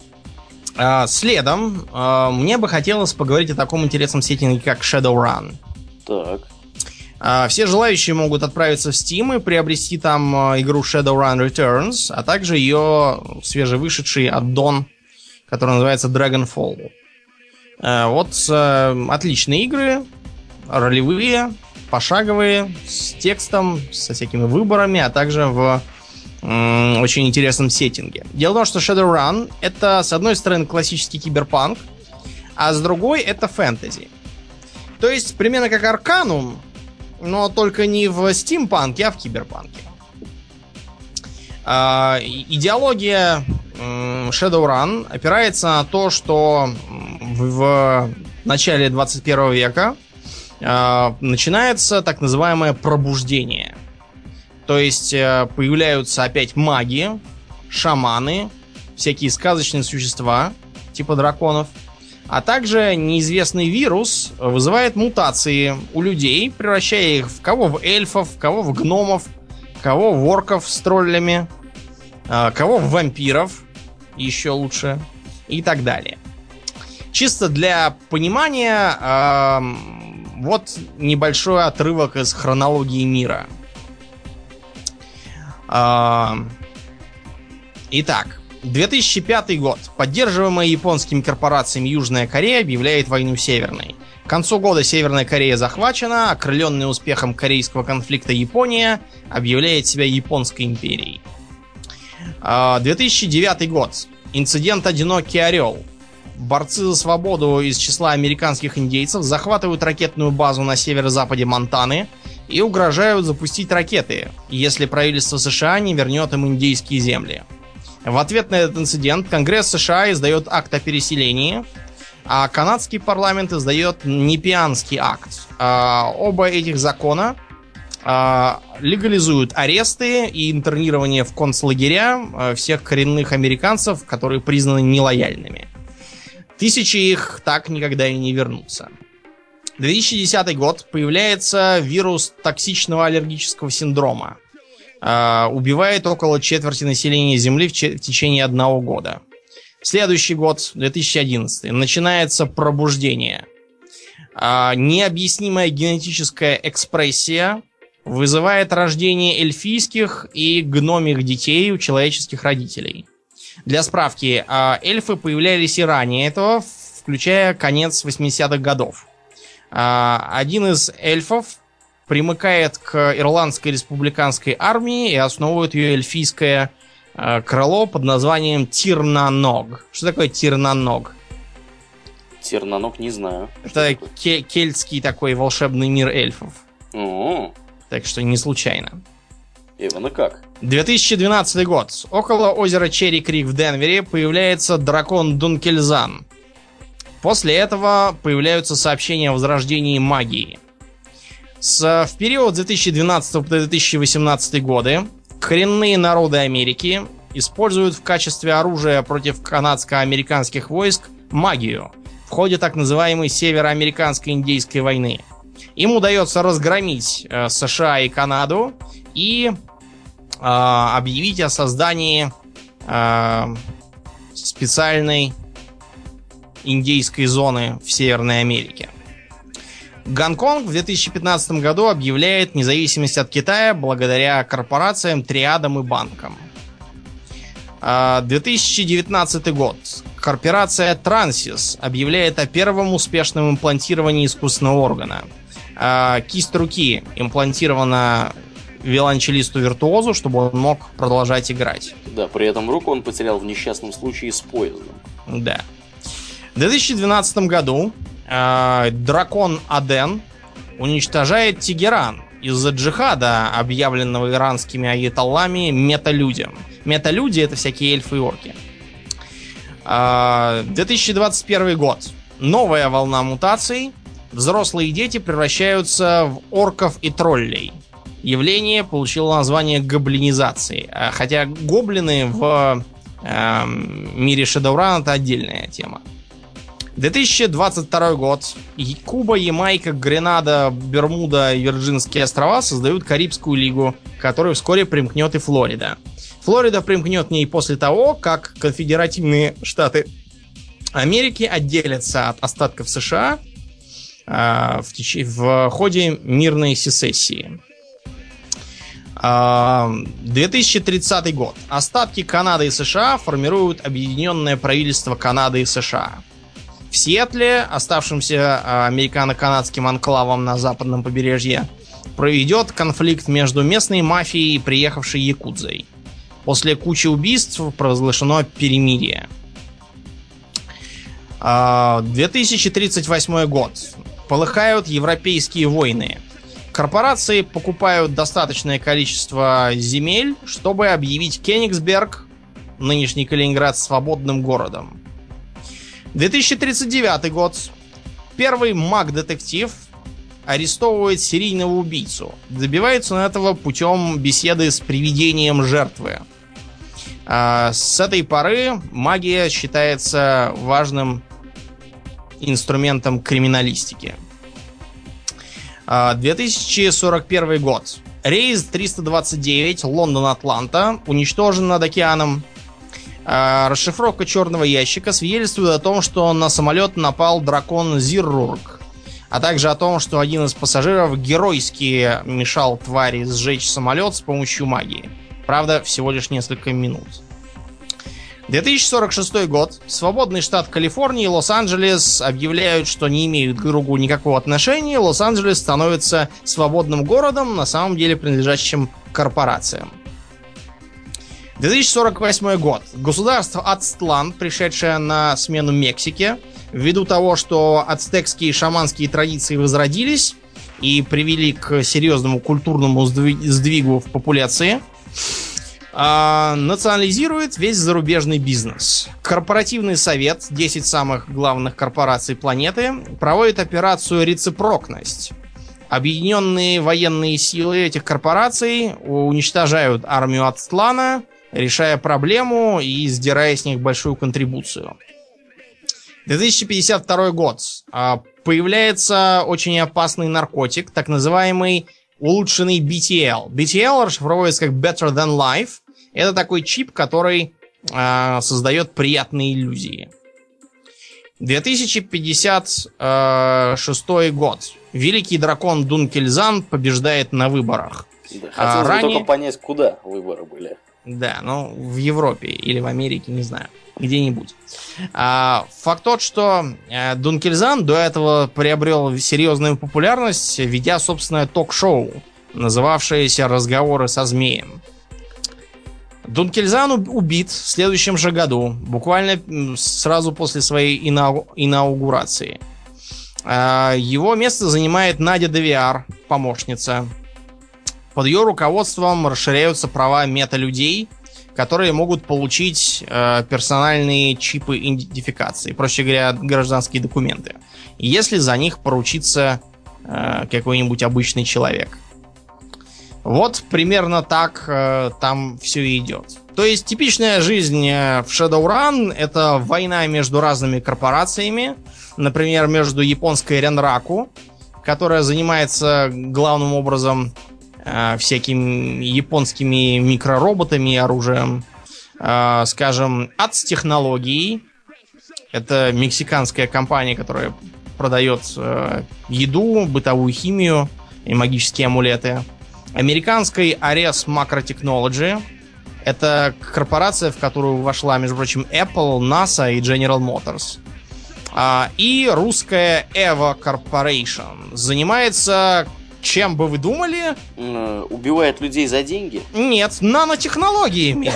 следом мне бы хотелось поговорить о таком интересном сеттинге, как Shadowrun. Так. Все желающие могут отправиться в Steam и приобрести там игру Shadowrun Returns, а также ее свежевышедший аддон, который называется Dragonfall. Вот отличные игры, ролевые, пошаговые, с текстом, со всякими выборами, а также в очень интересном сеттинге. Дело в том, что Shadowrun — это, с одной стороны, классический киберпанк, а с другой — это фэнтези. То есть, примерно как Arcanum, но только не в стимпанке, а в киберпанке. Идеология Shadowrun опирается на то, что в начале 21 века начинается так называемое пробуждение. То есть появляются опять маги, шаманы, всякие сказочные существа, типа драконов, а также неизвестный вирус вызывает мутации у людей, превращая их в кого в эльфов, кого в гномов, кого в орков с троллями, кого в вампиров, еще лучше, и так далее. Чисто для понимания, вот небольшой отрывок из хронологии мира. Итак, 2005 год. Поддерживаемая японскими корпорациями Южная Корея объявляет войну Северной. К концу года Северная Корея захвачена, окрыленная успехом корейского конфликта Япония объявляет себя Японской империей. 2009 год. Инцидент «Одинокий орел». Борцы за свободу из числа американских индейцев захватывают ракетную базу на северо-западе Монтаны и угрожают запустить ракеты, если правительство США не вернет им индейские земли. В ответ на этот инцидент Конгресс США издает акт о переселении, а канадский парламент издает Непианский акт. Оба этих закона легализуют аресты и интернирование в концлагеря всех коренных американцев, которые признаны нелояльными. Тысячи их так никогда и не вернутся. 2010 год. Появляется вирус токсичного аллергического синдрома. Убивает около четверти населения Земли в течение 1 года. Следующий год, 2011. Начинается пробуждение. Необъяснимая генетическая экспрессия вызывает рождение эльфийских и гномих детей у человеческих родителей. Для справки, эльфы появлялись и ранее этого, включая конец 80-х годов. Один из эльфов примыкает к Ирландской республиканской армии и основывает ее эльфийское крыло под названием Тирнаног. Что такое Тирнаног? Тирнаног не знаю. Это кельтский такой волшебный мир эльфов. О-о-о. Так что не случайно. Ивана как? 2012 год. Около озера Черри-Крик в Денвере появляется дракон Дункельзан. После этого появляются сообщения о возрождении магии. В период 2012 по 2018 годы коренные народы Америки используют в качестве оружия против канадско-американских войск магию, в ходе так называемой Североамериканской индейской войны. Им удается разгромить США и Канаду и объявить о создании специальной индейской зоны в Северной Америке. Гонконг в 2015 году объявляет независимость от Китая благодаря корпорациям, триадам и банкам. 2019 год. Корпорация Transys объявляет о первом успешном имплантировании искусственного органа. Кисть руки имплантирована виолончелисту-виртуозу, чтобы он мог продолжать играть. Да, при этом руку он потерял в несчастном случае с поездом. Да. В 2012 году дракон Аден уничтожает Тегеран из-за джихада, объявленного иранскими аятоллами металюдям. Металюди — это всякие эльфы и орки. 2021 год. Новая волна мутаций. Взрослые дети превращаются в орков и троллей. Явление получило название гоблинизации. Хотя гоблины в мире Shadowrun — это отдельная тема. 2022 год. Куба, Ямайка, Гренада, Бермуда и Вирджинские острова создают Карибскую лигу, к которой вскоре примкнет и Флорида. Флорида примкнет к ней после того, как конфедеративные штаты Америки отделятся от остатков США в ходе мирной сессии. 2030 год. Остатки Канады и США формируют объединенное правительство Канады и США. В Сиэтле, оставшемся американо-канадским анклавом на западном побережье, проведет конфликт между местной мафией и приехавшей якудзой. После кучи убийств провозглашено перемирие. 2038 год. Полыхают европейские войны. Корпорации покупают достаточное количество земель, чтобы объявить Кенигсберг, нынешний Калининград, свободным городом. 2039 год. Первый маг-детектив арестовывает серийного убийцу. Добивается он этого путем беседы с привидением жертвы. С этой поры магия считается важным инструментом криминалистики. 2041 год. Рейс 329 Лондон-Атланта уничтожен над океаном. Расшифровка черного ящика свидетельствует о том, что на самолет напал дракон Зиррург, а также о том, что один из пассажиров геройски мешал твари сжечь самолет с помощью магии. Правда, всего лишь несколько минут. 2046 год. Свободный штат Калифорния и Лос-Анджелес объявляют, что не имеют друг к другу никакого отношения. Лос-Анджелес становится свободным городом, на самом деле принадлежащим корпорациям. 2048 год. Государство Ацтлан, пришедшее на смену Мексике, ввиду того, что ацтекские и шаманские традиции возродились и привели к серьезному культурному сдвигу в популяции, национализирует весь зарубежный бизнес. Корпоративный совет, 10 самых главных корпораций планеты, проводит операцию «Рецепрокность». Объединенные военные силы этих корпораций уничтожают армию Ацтлана, решая проблему и сдирая с них большую контрибуцию. 2052 год. Появляется очень опасный наркотик, так называемый улучшенный BTL. BTL расшифровывается как Better Than Life. Это такой чип, который создает приятные иллюзии. 2056 год. Великий дракон Дункельзан побеждает на выборах. Да, хотелось бы только понять, куда выборы были. Да, ну, в Европе или в Америке, не знаю. Где-нибудь. Факт тот, что Дункельзан до этого приобрел серьезную популярность, ведя собственное ток-шоу, называвшееся «Разговоры со змеем». Дункельзан убит в следующем же году, буквально сразу после своей инаугурации. Его место занимает Надя Девиар, помощница. Под ее руководством расширяются права мета-людей, которые могут получить персональные чипы идентификации, проще говоря, гражданские документы, если за них поручится какой-нибудь обычный человек. Вот примерно так там все идет. То есть типичная жизнь в Shadowrun — это война между разными корпорациями. Например, между японской Ренраку, которая занимается главным образом всякими японскими микророботами и оружием. Скажем, АЦ Технологии. Это мексиканская компания, которая продает еду, бытовую химию и магические амулеты. Американской Ares Macro Technology. Это корпорация, в которую вошла, между прочим, Apple, NASA и General Motors. И русская Evo Corporation. Занимается, чем бы вы думали? Убивает людей за деньги? Нет, нанотехнологиями.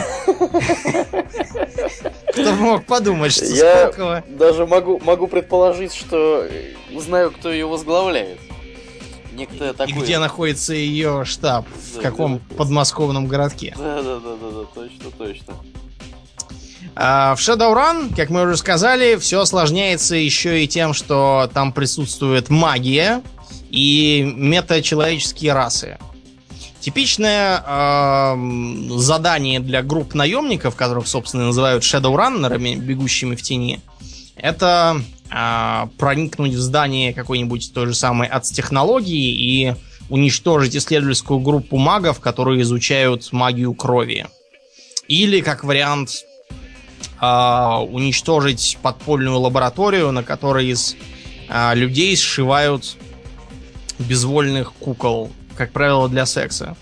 Кто мог подумать, что Я Сколково... даже могу предположить, что знаю, кто ее возглавляет. Некто такой... И где находится ее штаб? В каком подмосковном городке? Да, точно. В Shadowrun, как мы уже сказали, все осложняется еще и тем, что там присутствует магия и метачеловеческие расы. Типичное задание для групп наемников, которых, собственно, называют Shadowrunner'ами, бегущими в тени, это проникнуть в здание какой-нибудь той же самой АЦ-технологии и уничтожить исследовательскую группу магов, которые изучают магию крови. Или, как вариант, уничтожить подпольную лабораторию, на которой из людей сшивают безвольных кукол, как правило, для секса.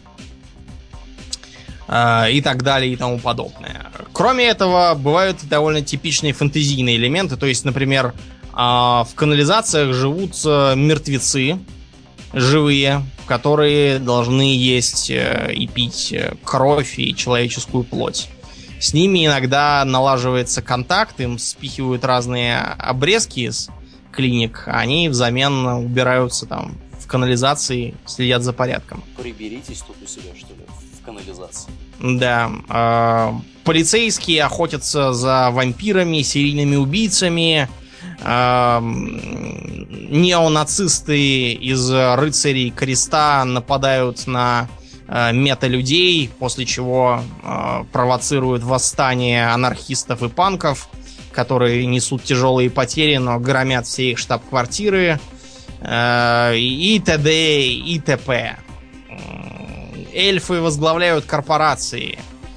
И так далее, и тому подобное. Кроме этого, бывают довольно типичные фэнтезийные элементы. То есть, например, в канализациях живут мертвецы живые, которые должны есть и пить кровь и человеческую плоть. С ними иногда налаживается контакт, им спихивают разные обрезки из клиник, а они взамен убираются там в канализации, следят за порядком. Приберитесь тут у себя, что ли, в канализации. Да. Полицейские охотятся за вампирами, серийными убийцами. Неонацисты из рыцарей креста нападают на мета-людей, после чего провоцируют восстание анархистов и панков, которые несут тяжелые потери, но громят все их штаб-квартиры, и т.д. и т.п. Эльфы возглавляют корпорации.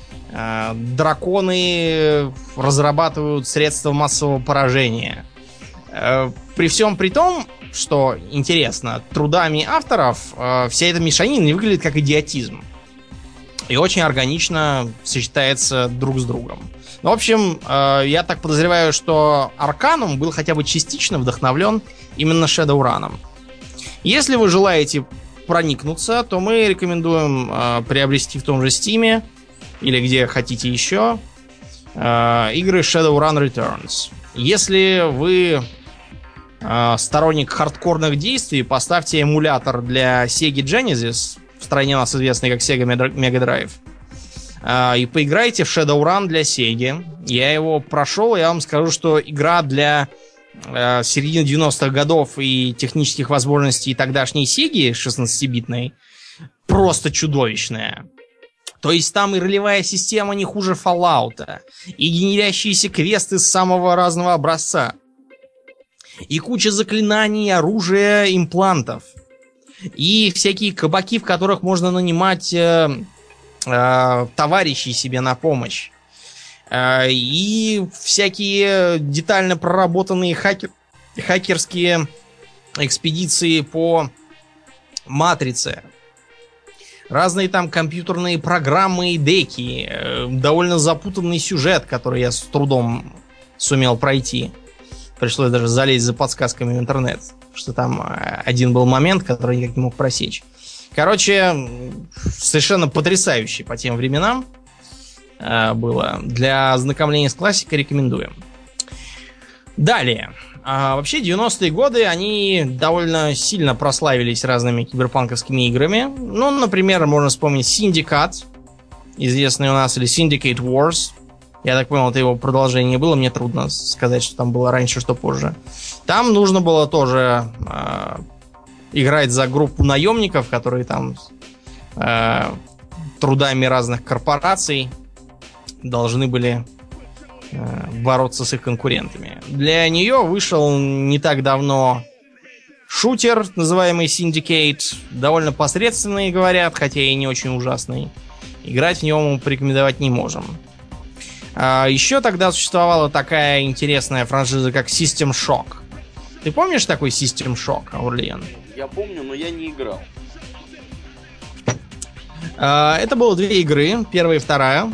Драконы разрабатывают средства массового поражения. При всем при том, что интересно, трудами авторов вся эта мешанина не выглядит как идиотизм. И очень органично сочетается друг с другом. Ну, в общем, я так подозреваю, что Arcanum был хотя бы частично вдохновлен именно Shadowrun'ом. Если вы желаете проникнуться, то мы рекомендуем приобрести в том же Steam или где хотите еще игры Shadowrun Returns. Если вы сторонник хардкорных действий, поставьте эмулятор для Sega Genesis, в стране у нас известный как Sega Mega Drive, и поиграйте в Shadowrun для Sega. Я его прошел, я вам скажу, что игра для середины 90-х годов и технических возможностей тогдашней Sega 16-битной просто чудовищная. То есть там и ролевая система не хуже Fallout'а, и генерящиеся квесты с самого разного образца, и куча заклинаний, оружия, имплантов, и всякие кабаки, в которых можно нанимать товарищей себе на помощь, и всякие детально проработанные хакерские экспедиции по матрице. Разные там компьютерные программы и деки. Довольно запутанный сюжет, который я с трудом сумел пройти. Пришлось даже залезть за подсказками в интернет. Что там один был момент, который никак не мог просечь. Короче, совершенно потрясающий по тем временам было. Для ознакомления с классикой рекомендуем. Далее. Вообще, 90-е годы, они довольно сильно прославились разными киберпанковскими играми. Ну, например, можно вспомнить Syndicate, известный у нас, или Syndicate Wars. Я так понял, это его продолжение было. Мне трудно сказать, что там было раньше, что позже. Там нужно было тоже играть за группу наемников, которые там трудами разных корпораций должны были бороться с их конкурентами. Для нее вышел не так давно шутер, называемый Syndicate. Довольно посредственный, говорят, хотя и не очень ужасный. Играть в него мы порекомендовать не можем. Еще тогда существовала такая интересная франшиза, как System Shock. Ты помнишь такой System Shock, Аурлиен? Я помню, но я не играл. Это было две игры, первая и вторая.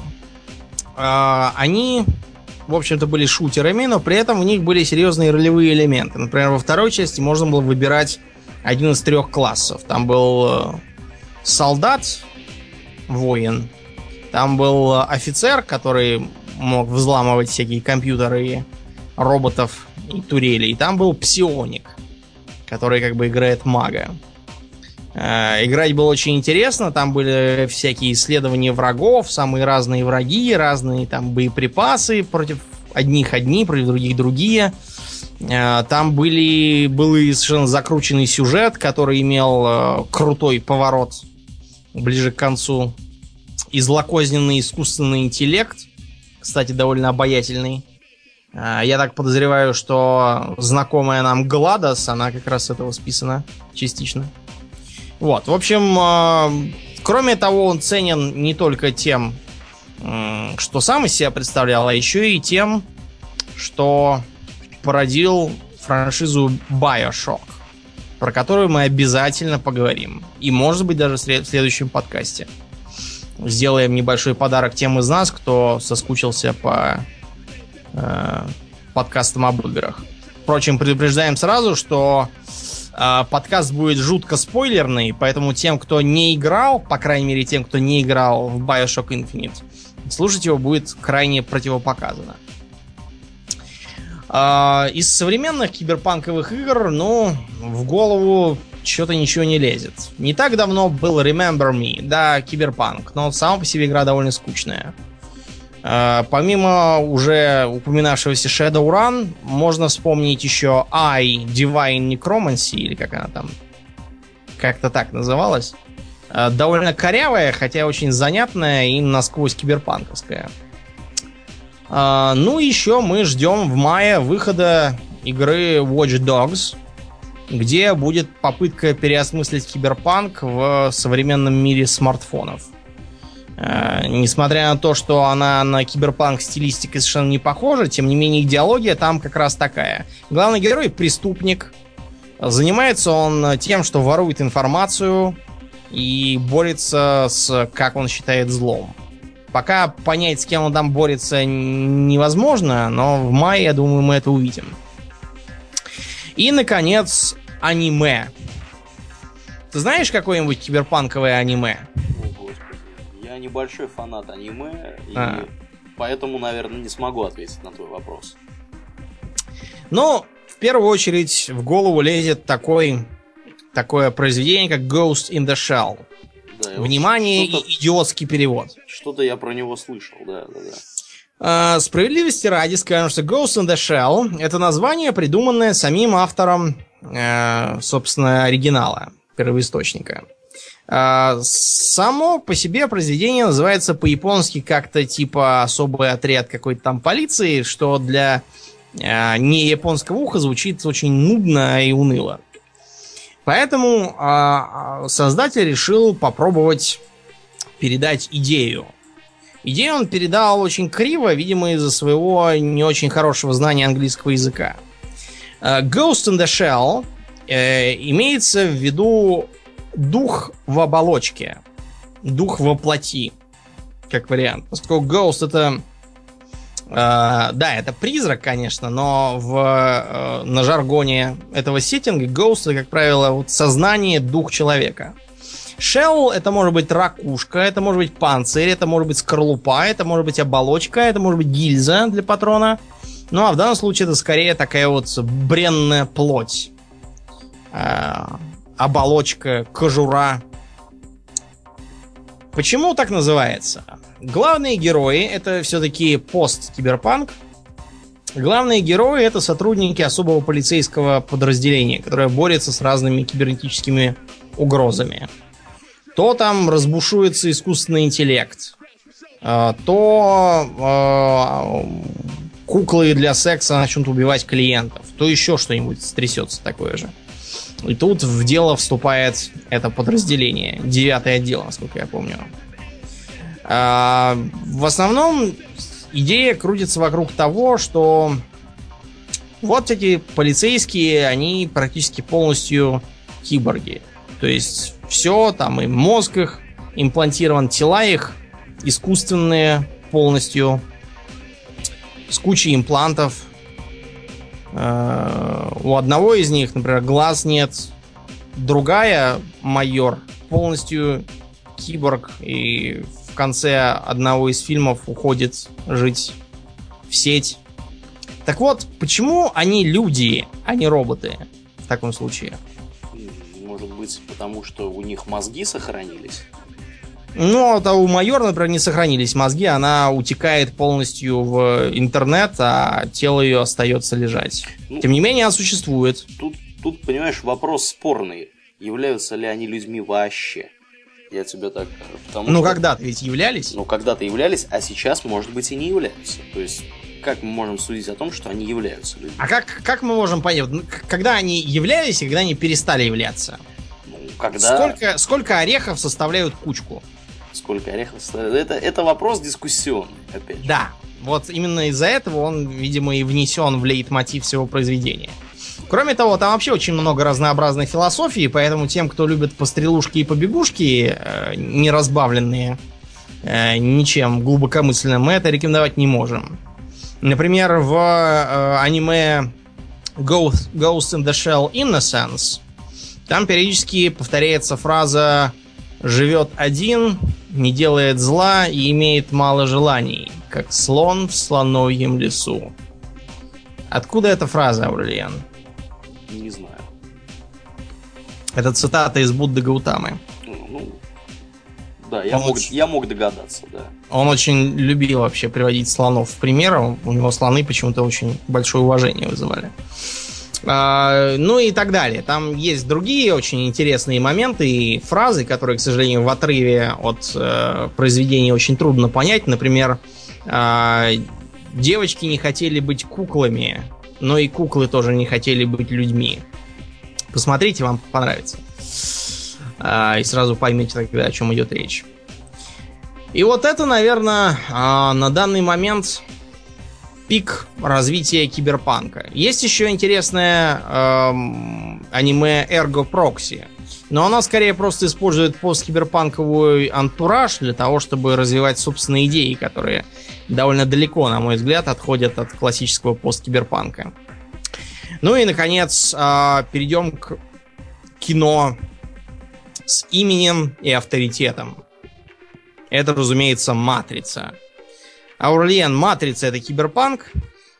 Они, в общем-то, были шутерами, но при этом в них были серьезные ролевые элементы. Например, во второй части можно было выбирать один из 3 классов. Там был солдат, воин. Там был офицер, который мог взламывать всякие компьютеры, роботов и турели. И там был псионик, который как бы играет мага. Играть было очень интересно. Там были всякие исследования врагов, самые разные враги, разные там боеприпасы. Против одних одни, против других другие. Там был совершенно закрученный сюжет, который имел крутой поворот ближе к концу. И злокозненный искусственный интеллект, кстати, довольно обаятельный. Я так подозреваю, что знакомая нам Гладос, она как раз с этого списана частично. Вот, в общем, кроме того, он ценен не только тем, что сам из себя представлял, а еще и тем, что породил франшизу BioShock, про которую мы обязательно поговорим. И, может быть, даже в следующем подкасте. Сделаем небольшой подарок тем из нас, кто соскучился по подкастам об играх. Впрочем, предупреждаем сразу, что подкаст будет жутко спойлерный, поэтому тем, кто не играл, по крайней мере тем, кто не играл в BioShock Infinite, слушать его будет крайне противопоказано. Из современных киберпанковых игр, в голову что-то ничего не лезет. Не так давно был Remember Me, да, киберпанк, но сама по себе игра довольно скучная. Помимо уже упоминавшегося Shadowrun, можно вспомнить еще I, Divine Necromancy, или как она там как-то так называлась. Довольно корявая, хотя очень занятная и насквозь киберпанковская. Еще мы ждем в мае выхода игры Watch Dogs, где будет попытка переосмыслить киберпанк в современном мире смартфонов. Несмотря на то, что она на киберпанк стилистикой совершенно не похожа, тем не менее идеология там как раз такая. Главный герой — преступник. Занимается он тем, что ворует информацию и борется с, как он считает, злом. Пока понять, с кем он там борется, невозможно, но в мае, я думаю, мы это увидим. И, наконец, аниме. Ты знаешь какое-нибудь киберпанковое аниме? Я небольшой фанат аниме, и поэтому, наверное, не смогу ответить на твой вопрос. В первую очередь в голову лезет такое произведение, как Ghost in the Shell. Да, внимание, идиотский перевод. Что-то я про него слышал, да. Справедливости ради скажем, что Ghost in the Shell — это название, придуманное самим автором, собственно, оригинала, первоисточника. Само по себе произведение называется по-японски как-то типа особый отряд какой-то там полиции, что для не японского уха звучит очень нудно и уныло. Поэтому создатель решил попробовать передать идею. Идею он передал очень криво, видимо, из-за своего не очень хорошего знания английского языка. Ghost in the Shell имеется в виду дух в оболочке, дух во плоти, как вариант. Поскольку Ghost это... это призрак, конечно, но на жаргоне этого сеттинга Ghost — это, как правило, сознание, дух человека. Shell — это может быть ракушка, это может быть панцирь, это может быть скорлупа, это может быть оболочка, это может быть гильза для патрона. А в данном случае это скорее такая бренная плоть. Оболочка, кожура. Почему так называется? Главные герои — это все-таки пост-киберпанк. Главные герои — это сотрудники особого полицейского подразделения, которое борется с разными кибернетическими угрозами. то там разбушуется искусственный интеллект, то куклы для секса начнут убивать клиентов, то еще что-нибудь стрясется такое же. И тут в дело вступает это подразделение, 9-й отдел, насколько я помню. В основном идея крутится вокруг того, что вот эти полицейские, они практически полностью киборги. То есть все, там и мозг их имплантирован, тела их искусственные полностью, с кучей имплантов. У одного из них, например, глаз нет. Другая, майор, полностью киборг. И в конце одного из фильмов уходит жить в сеть. Так вот, почему они люди, а не роботы в таком случае? Может быть, потому что у них мозги сохранились? Ну, а у майора, например, не сохранились мозги, она утекает полностью в интернет, а тело ее остается лежать. Ну, тем не менее, она существует. Тут, понимаешь, вопрос спорный. Являются ли они людьми вообще? Я тебе так... Ну, когда-то ведь являлись. Ну, когда-то являлись, а сейчас, может быть, и не являются. То есть, как мы можем судить о том, что они являются людьми? А как мы можем понять, когда они являлись и когда они перестали являться? Ну, когда... Сколько орехов составляют кучку? Сколько орехов составляют? Это вопрос дискуссионный, опять же. Да, вот именно из-за этого он, видимо, и внесен в лейтмотив всего произведения. Кроме того, там вообще очень много разнообразной философии, поэтому тем, кто любит пострелушки и побегушки, не разбавленные ничем глубокомысленным, мы это рекомендовать не можем. Например, в аниме Ghost in the Shell Innocence там периодически повторяется фраза «живет один, не делает зла и имеет мало желаний, как слон в слоновьем лесу». Откуда эта фраза, Аурлиен? Не знаю. Это цитата из Будды Гаутамы. Ну, да, я мог догадаться, да. Он очень любил вообще приводить слонов в пример. У него слоны почему-то очень большое уважение вызывали. Ну и так далее. Там есть другие очень интересные моменты и фразы, которые, к сожалению, в отрыве от произведения очень трудно понять. Например, девочки не хотели быть куклами, но и куклы тоже не хотели быть людьми. Посмотрите, вам понравится. И сразу поймете тогда, о чем идет речь. И вот это, наверное, на данный момент пик развития киберпанка. Есть еще интересное аниме Ergo Proxy. Но оно скорее просто использует посткиберпанковый антураж для того, чтобы развивать собственные идеи, которые довольно далеко, на мой взгляд, отходят от классического посткиберпанка. Ну и, наконец, перейдем к кино с именем и авторитетом. Это, разумеется, «Матрица». Аурлиен, «Матрица» — это киберпанк?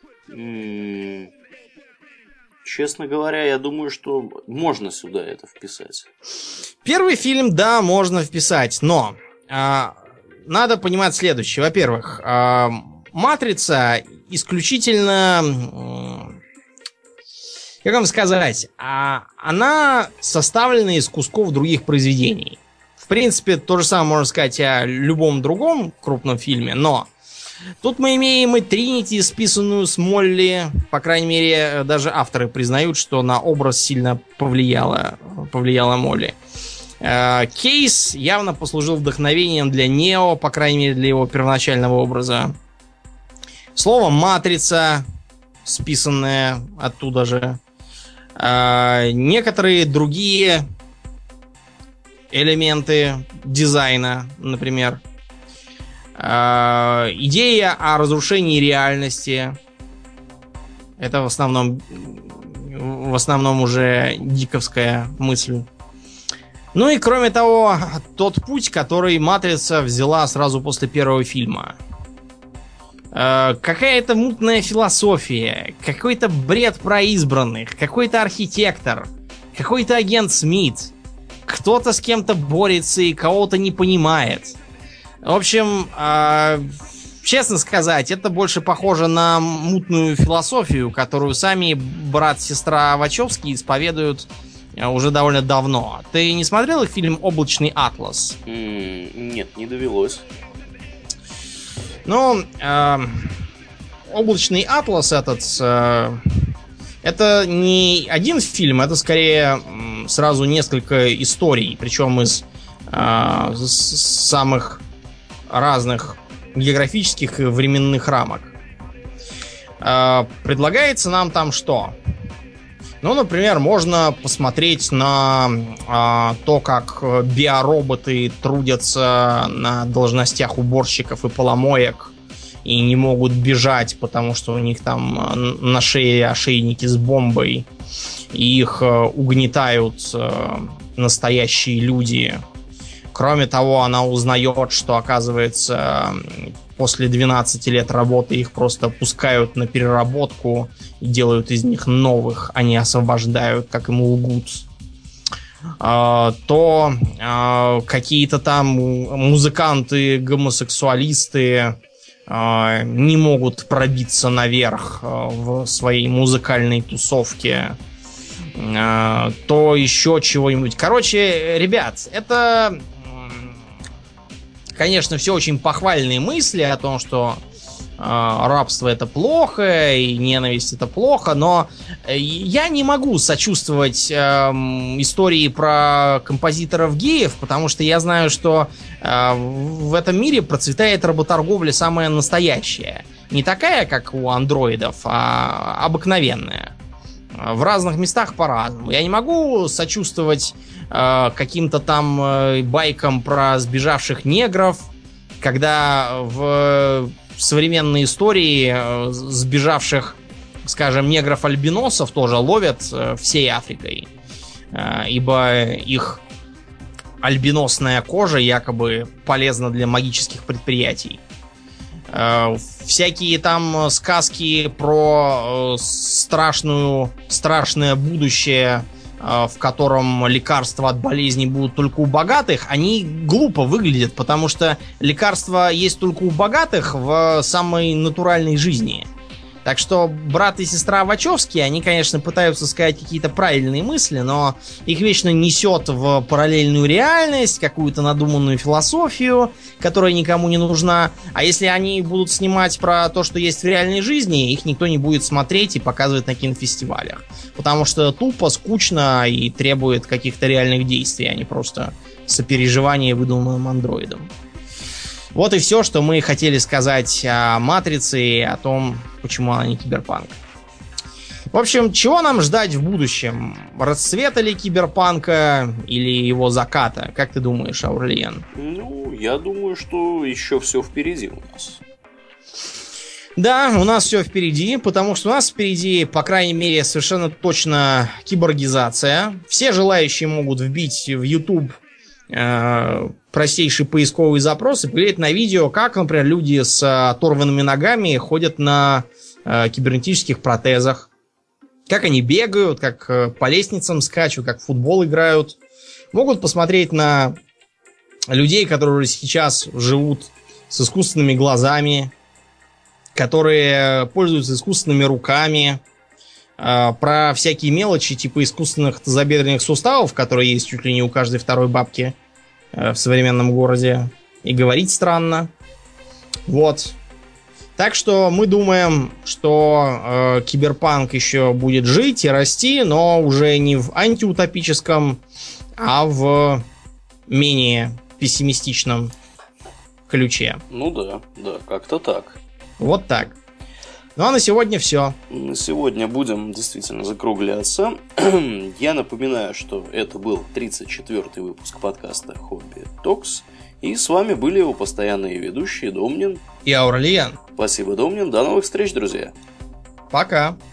Честно говоря, я думаю, что можно сюда это вписать. Первый фильм, да, можно вписать, но надо понимать следующее. Во-первых, «Матрица» исключительно... Как вам сказать? Она составлена из кусков других произведений. В принципе, то же самое можно сказать о любом другом крупном фильме, но тут мы имеем и Тринити, списанную с Молли. По крайней мере, даже авторы признают, что на образ сильно повлияла Молли. Кейс явно послужил вдохновением для Нео, по крайней мере, для его первоначального образа. Слово «матрица», списанное оттуда же. Некоторые другие элементы дизайна, например. Идея о разрушении реальности. Это в основном уже диковская мысль. Ну и кроме того, тот путь, который «Матрица» взяла сразу после первого фильма. Какая-то мутная философия, какой-то бред про избранных, какой-то архитектор, какой-то агент Смит, кто-то с кем-то борется и кого-то не понимает. В общем, честно сказать, это больше похоже на мутную философию, которую сами брат-сестра Вачовски исповедуют уже довольно давно. Ты не смотрел фильм «Облачный атлас»? Нет, не довелось. Ну, «Облачный атлас» это не один фильм, это скорее сразу несколько историй, причем из самых разных географических и временных рамок. Предлагается нам там что? Ну, например, можно посмотреть на то, как биороботы трудятся на должностях уборщиков и поломоек и не могут бежать, потому что у них там на шее ошейники с бомбой, и их угнетают настоящие люди. Кроме того, она узнает, что, оказывается, после 12 лет работы их просто пускают на переработку и делают из них новых, а не освобождают, как им лгут. То какие-то там музыканты-гомосексуалисты не могут пробиться наверх в своей музыкальной тусовке. То еще чего-нибудь. Короче, ребят, это... Конечно, все очень похвальные мысли о том, что рабство это плохо и ненависть это плохо, но я не могу сочувствовать истории про композиторов-геев, потому что я знаю, что в этом мире процветает работорговля самая настоящая. Не такая, как у андроидов, а обыкновенная. В разных местах по-разному. Я не могу сочувствовать каким-то там байкам про сбежавших негров, когда в современной истории сбежавших, скажем, негров-альбиносов тоже ловят всей Африкой, ибо их альбиносная кожа якобы полезна для магических предприятий. Всякие там сказки про страшное будущее, в котором лекарства от болезней будут только у богатых, они глупо выглядят, потому что лекарства есть только у богатых в самой натуральной жизни. Так что брат и сестра Вачовски, они, конечно, пытаются сказать какие-то правильные мысли, но их вечно несет в параллельную реальность, какую-то надуманную философию, которая никому не нужна. А если они будут снимать про то, что есть в реальной жизни, их никто не будет смотреть и показывать на кинофестивалях. Потому что тупо, скучно и требует каких-то реальных действий, а не просто сопереживания выдуманным андроидом. Вот и все, что мы хотели сказать о Матрице и о том, почему она не киберпанк. В общем, чего нам ждать в будущем? Расцвета ли киберпанка или его заката? Как ты думаешь, Аурлиен? Ну, я думаю, что еще все впереди у нас. Да, у нас все впереди, потому что у нас впереди, по крайней мере, совершенно точно киборгизация. Все желающие могут вбить в YouTube простейший поисковый запрос и поглядеть на видео, как, например, люди с оторванными ногами ходят на кибернетических протезах, как они бегают, как по лестницам скачут, как в футбол играют. Могут посмотреть на людей, которые сейчас живут с искусственными глазами, которые пользуются искусственными руками, про всякие мелочи типа искусственных тазобедренных суставов, которые есть чуть ли не у каждой второй бабки в современном городе. И говорить странно. Вот. Так что мы думаем, что киберпанк еще будет жить и расти, но уже не в антиутопическом, а в менее пессимистичном ключе. Ну да, как-то так. Вот так. Ну а на сегодня все. На сегодня будем действительно закругляться. Я напоминаю, что это был 34-й выпуск подкаста Hobby Talks. И с вами были его постоянные ведущие Домнин и Аурлиен. Спасибо, Домнин. До новых встреч, друзья. Пока.